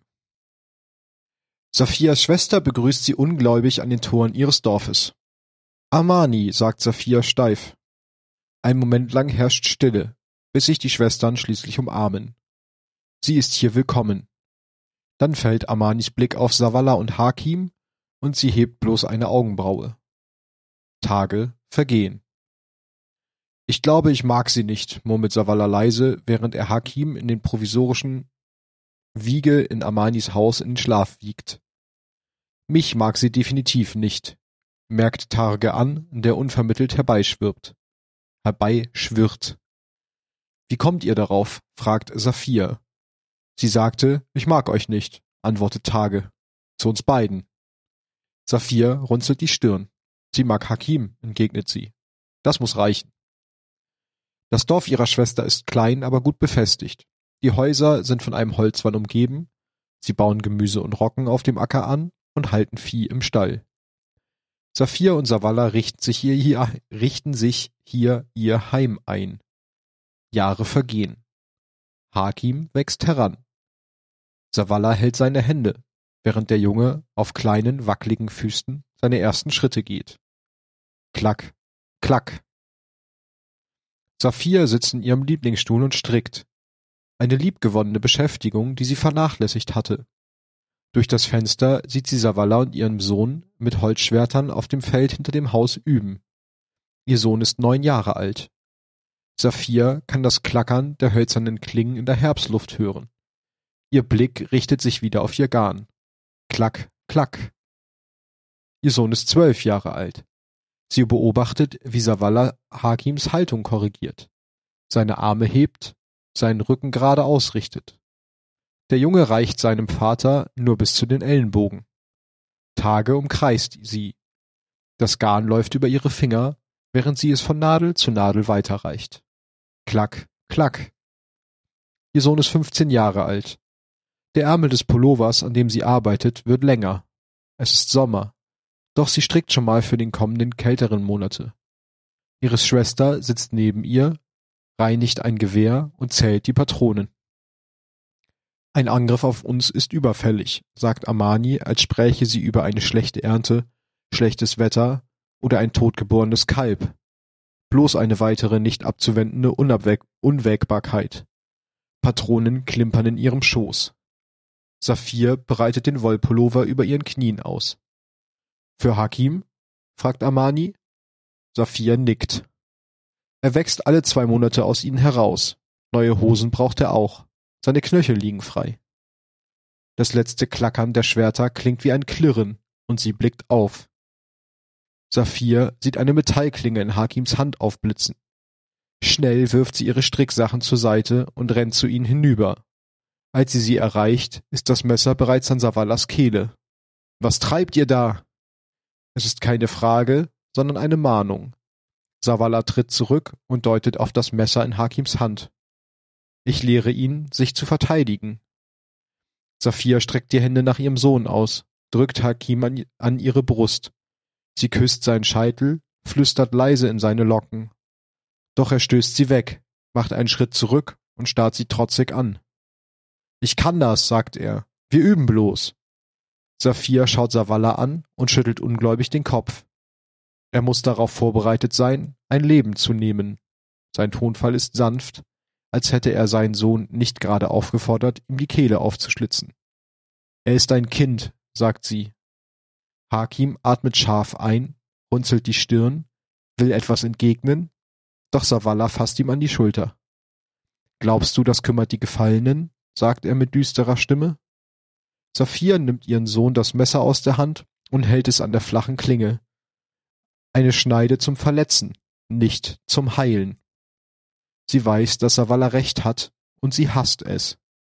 Saphias Schwester begrüßt sie ungläubig an den Toren ihres Dorfes. »Amani«, sagt Saphia steif. Ein Moment lang herrscht Stille, bis sich die Schwestern schließlich umarmen. Sie ist hier willkommen. Dann fällt Amanis Blick auf Zavala und Hakim, und sie hebt bloß eine Augenbraue. Tage vergehen. »Ich glaube, ich mag sie nicht«, murmelt Zavala leise, während er Hakim in den provisorischen Wiege in Amanis Haus in den Schlaf wiegt. »Mich mag sie definitiv nicht«, merkt Targe an, der unvermittelt herbeischwirbt. Herbeischwirrt. »Wie kommt ihr darauf?«, fragt Saphir. »Sie sagte, ich mag euch nicht«, antwortet Targe. »Zu uns beiden.« Saphir runzelt die Stirn. »Sie mag Hakim«, entgegnet sie. »Das muss reichen.« Das Dorf ihrer Schwester ist klein, aber gut befestigt. Die Häuser sind von einem Holzwall umgeben, sie bauen Gemüse und Roggen auf dem Acker an und halten Vieh im Stall. Saphir und Zavala richten sich hier, hier, richten sich hier ihr Heim ein. Jahre vergehen. Hakim wächst heran. Zavala hält seine Hände, während der Junge auf kleinen, wackeligen Füßen seine ersten Schritte geht. Klack, klack. Saphir sitzt in ihrem Lieblingsstuhl und strickt. Eine liebgewonnene Beschäftigung, die sie vernachlässigt hatte. Durch das Fenster sieht sie Zavala und ihren Sohn mit Holzschwertern auf dem Feld hinter dem Haus üben. Ihr Sohn ist neun Jahre alt. Saphir kann das Klackern der hölzernen Klingen in der Herbstluft hören. Ihr Blick richtet sich wieder auf ihr Garn. Klack, klack. Ihr Sohn ist zwölf Jahre alt. Sie beobachtet, wie Zavala Hakims Haltung korrigiert, seine Arme hebt, seinen Rücken gerade ausrichtet. Der Junge reicht seinem Vater nur bis zu den Ellenbogen. Tage umkreist sie. Das Garn läuft über ihre Finger, während sie es von Nadel zu Nadel weiterreicht. Klack, klack. Ihr Sohn ist fünfzehn Jahre alt. Der Ärmel des Pullovers, an dem sie arbeitet, wird länger. Es ist Sommer. Doch sie strickt schon mal für den kommenden kälteren Monate. Ihre Schwester sitzt neben ihr, reinigt ein Gewehr und zählt die Patronen. Ein Angriff auf uns ist überfällig, sagt Amani, als spräche sie über eine schlechte Ernte, schlechtes Wetter oder ein totgeborenes Kalb. Bloß eine weitere nicht abzuwendende Unabwäg- Unwägbarkeit. Patronen klimpern in ihrem Schoß. Saphir breitet den Wollpullover über ihren Knien aus. Für Hakim? Fragt Amani. Saphir nickt. Er wächst alle zwei Monate aus ihnen heraus. Neue Hosen braucht er auch. Seine Knöchel liegen frei. Das letzte Klackern der Schwerter klingt wie ein Klirren, und sie blickt auf. Saphir sieht eine Metallklinge in Hakims Hand aufblitzen. Schnell wirft sie ihre Stricksachen zur Seite und rennt zu ihnen hinüber. Als sie sie erreicht, ist das Messer bereits an Savallas Kehle. »Was treibt ihr da?« Es ist keine Frage, sondern eine Mahnung. Savala tritt zurück und deutet auf das Messer in Hakims Hand. Ich lehre ihn, sich zu verteidigen. Saphir streckt die Hände nach ihrem Sohn aus, drückt Hakim an, an ihre Brust. Sie küsst seinen Scheitel, flüstert leise in seine Locken. Doch er stößt sie weg, macht einen Schritt zurück und starrt sie trotzig an. »Ich kann das«, sagt er. »Wir üben bloß.« Saphir schaut Savala an und schüttelt ungläubig den Kopf. Er muss darauf vorbereitet sein, ein Leben zu nehmen. Sein Tonfall ist sanft, als hätte er seinen Sohn nicht gerade aufgefordert, ihm die Kehle aufzuschlitzen. »Er ist ein Kind«, sagt sie. Hakim atmet scharf ein, runzelt die Stirn, will etwas entgegnen, doch Savala fasst ihm an die Schulter. »Glaubst du, das kümmert die Gefallenen?«, sagt er mit düsterer Stimme. Saphir nimmt ihren Sohn das Messer aus der Hand und hält es an der flachen Klinge. Eine Schneide zum Verletzen, nicht zum Heilen. Sie weiß, dass Savala recht hat, und sie hasst es.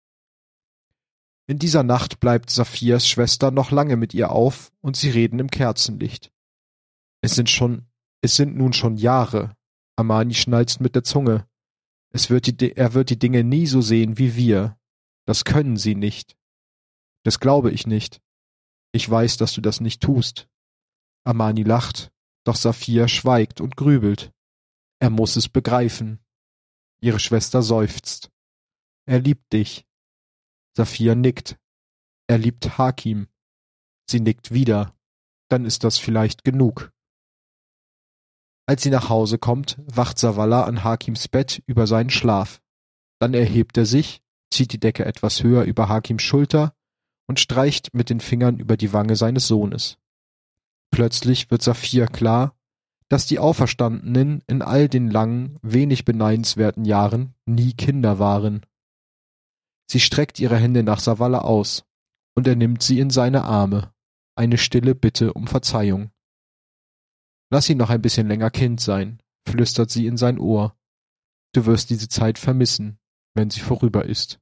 In dieser Nacht bleibt Saphirs Schwester noch lange mit ihr auf, und sie reden im Kerzenlicht. Es sind schon, es sind nun schon Jahre. Amani schnalzt mit der Zunge. Es wird die, er wird die Dinge nie so sehen wie wir. Das können sie nicht. Das glaube ich nicht. Ich weiß, dass du das nicht tust. Amani lacht, doch Saphir schweigt und grübelt. Er muss es begreifen. Ihre Schwester seufzt. Er liebt dich. Saphir nickt. Er liebt Hakim. Sie nickt wieder. Dann ist das vielleicht genug. Als sie nach Hause kommt, wacht Savala an Hakims Bett über seinen Schlaf. Dann erhebt er sich, zieht die Decke etwas höher über Hakims Schulter und streicht mit den Fingern über die Wange seines Sohnes. Plötzlich wird Saphir klar, dass die Auferstandenen in all den langen, wenig beneidenswerten Jahren nie Kinder waren. Sie streckt ihre Hände nach Savala aus, und er nimmt sie in seine Arme, eine stille Bitte um Verzeihung. »Lass ihn noch ein bisschen länger Kind sein«, flüstert sie in sein Ohr. »Du wirst diese Zeit vermissen, wenn sie vorüber ist.«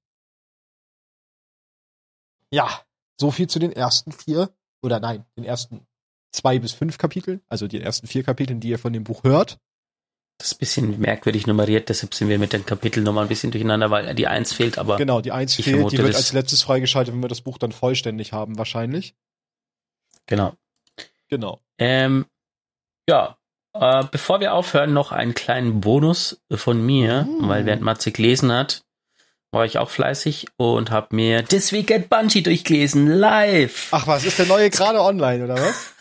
Ja, so viel zu den ersten vier, oder nein, den ersten zwei bis fünf Kapiteln, also die ersten vier Kapiteln, die ihr von dem Buch hört. Das ist ein bisschen merkwürdig nummeriert, deshalb sind wir mit den Kapiteln nochmal ein bisschen durcheinander, weil die eins fehlt, aber... Genau, die eins fehlt, vermute, die wird als letztes freigeschaltet, wenn wir das Buch dann vollständig haben, wahrscheinlich. Genau. Genau. Ähm, ja, äh, bevor wir aufhören, noch einen kleinen Bonus von mir, uh. weil während Matze gelesen hat, war ich auch fleißig und habe mir This Week at Bungie durchgelesen, live. Ach was, ist der neue gerade online, oder was?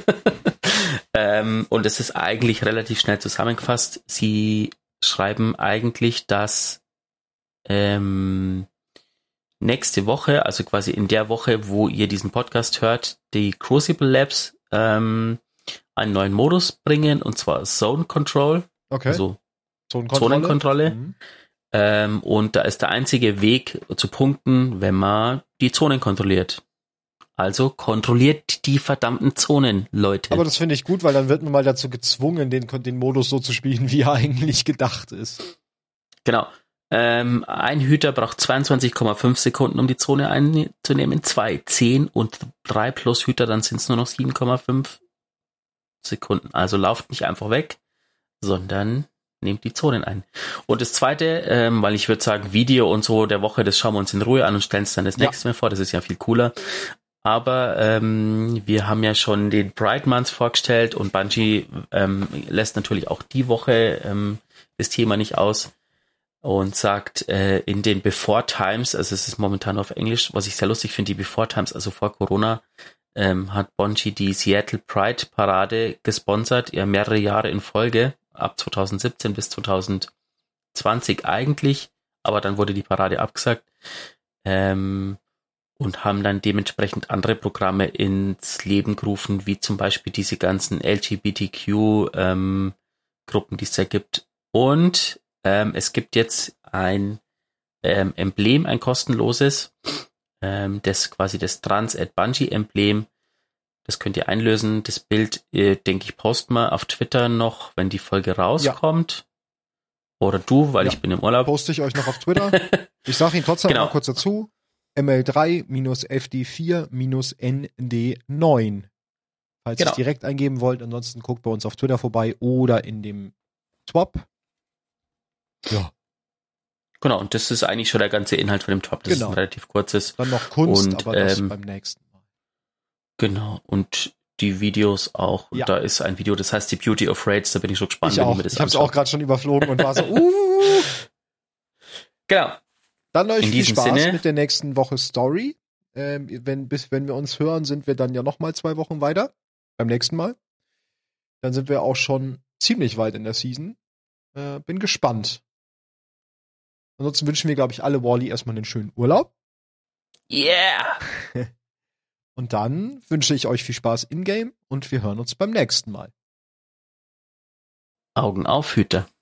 ähm, und es ist eigentlich relativ schnell zusammengefasst. Sie schreiben eigentlich, dass ähm, nächste Woche, also quasi in der Woche, wo ihr diesen Podcast hört, die Crucible Labs ähm, einen neuen Modus bringen, und zwar Zone Control. Okay. Also Zonenkontrolle. Zonenkontrolle. Mhm. Ähm, und da ist der einzige Weg zu punkten, wenn man die Zonen kontrolliert. Also kontrolliert die verdammten Zonen, Leute. Aber das finde ich gut, weil dann wird man mal dazu gezwungen, den, den Modus so zu spielen, wie er eigentlich gedacht ist. Genau. Ähm, ein Hüter braucht zweiundzwanzig Komma fünf Sekunden, um die Zone einzunehmen. Zwei, zehn und drei plus Hüter, dann sind es nur noch sieben Komma fünf Sekunden. Also lauft nicht einfach weg, sondern nehmt die Zonen ein. Und das Zweite, ähm, weil ich würde sagen, Video und so der Woche, das schauen wir uns in Ruhe an und stellen es dann das Ja. nächste Mal vor. Das ist ja viel cooler. Aber ähm, wir haben ja schon den Pride Month vorgestellt und Bungie ähm, lässt natürlich auch die Woche ähm, das Thema nicht aus und sagt äh, in den Before Times, also es ist momentan auf Englisch, was ich sehr lustig finde, die Before Times, also vor Corona, ähm, hat Bungie die Seattle Pride Parade gesponsert, ja mehrere Jahre in Folge, ab zwanzig siebzehn bis zwanzig zwanzig eigentlich, aber dann wurde die Parade abgesagt. Ähm, und haben dann dementsprechend andere Programme ins Leben gerufen, wie zum Beispiel diese ganzen L G B T Q-Gruppen, ähm, die es da gibt. Und ähm, es gibt jetzt ein ähm, Emblem, ein kostenloses, ähm, das quasi das Trans at Bungie-Emblem. Das könnt ihr einlösen. Das Bild, äh, denke ich, posten wir auf Twitter noch, wenn die Folge rauskommt. Ja. Oder du, weil ja. ich bin im Urlaub. Poste ich euch noch auf Twitter. Ich sage Ihnen trotzdem genau. mal kurz dazu. M L drei F D vier N D neun. Falls genau. ihr es direkt eingeben wollt, ansonsten guckt bei uns auf Twitter vorbei oder in dem Swap. Ja. Genau, und das ist eigentlich schon der ganze Inhalt von dem Top. Das genau. ist ein relativ kurzes. Dann noch Kunst, und, aber das ähm, beim nächsten Mal. Genau, und die Videos auch. Ja. Da ist ein Video, das heißt die Beauty of Raids, da bin ich schon gespannt, Ich wenn auch. ich mir das Ich habe es anschaue. auch gerade schon überflogen und war so, uh. Genau. Dann euch In viel diesem Spaß Sinne. mit der nächsten Woche Story. Ähm, wenn, bis, wenn wir uns hören, sind wir dann ja noch mal zwei Wochen weiter. Beim nächsten Mal. Dann sind wir auch schon ziemlich weit in der Season. Äh, bin gespannt. Ansonsten wünschen wir, glaube ich, alle Wally erstmal einen schönen Urlaub. Yeah! Und dann wünsche ich euch viel Spaß in-game und wir hören uns beim nächsten Mal. Augen auf, Hüter.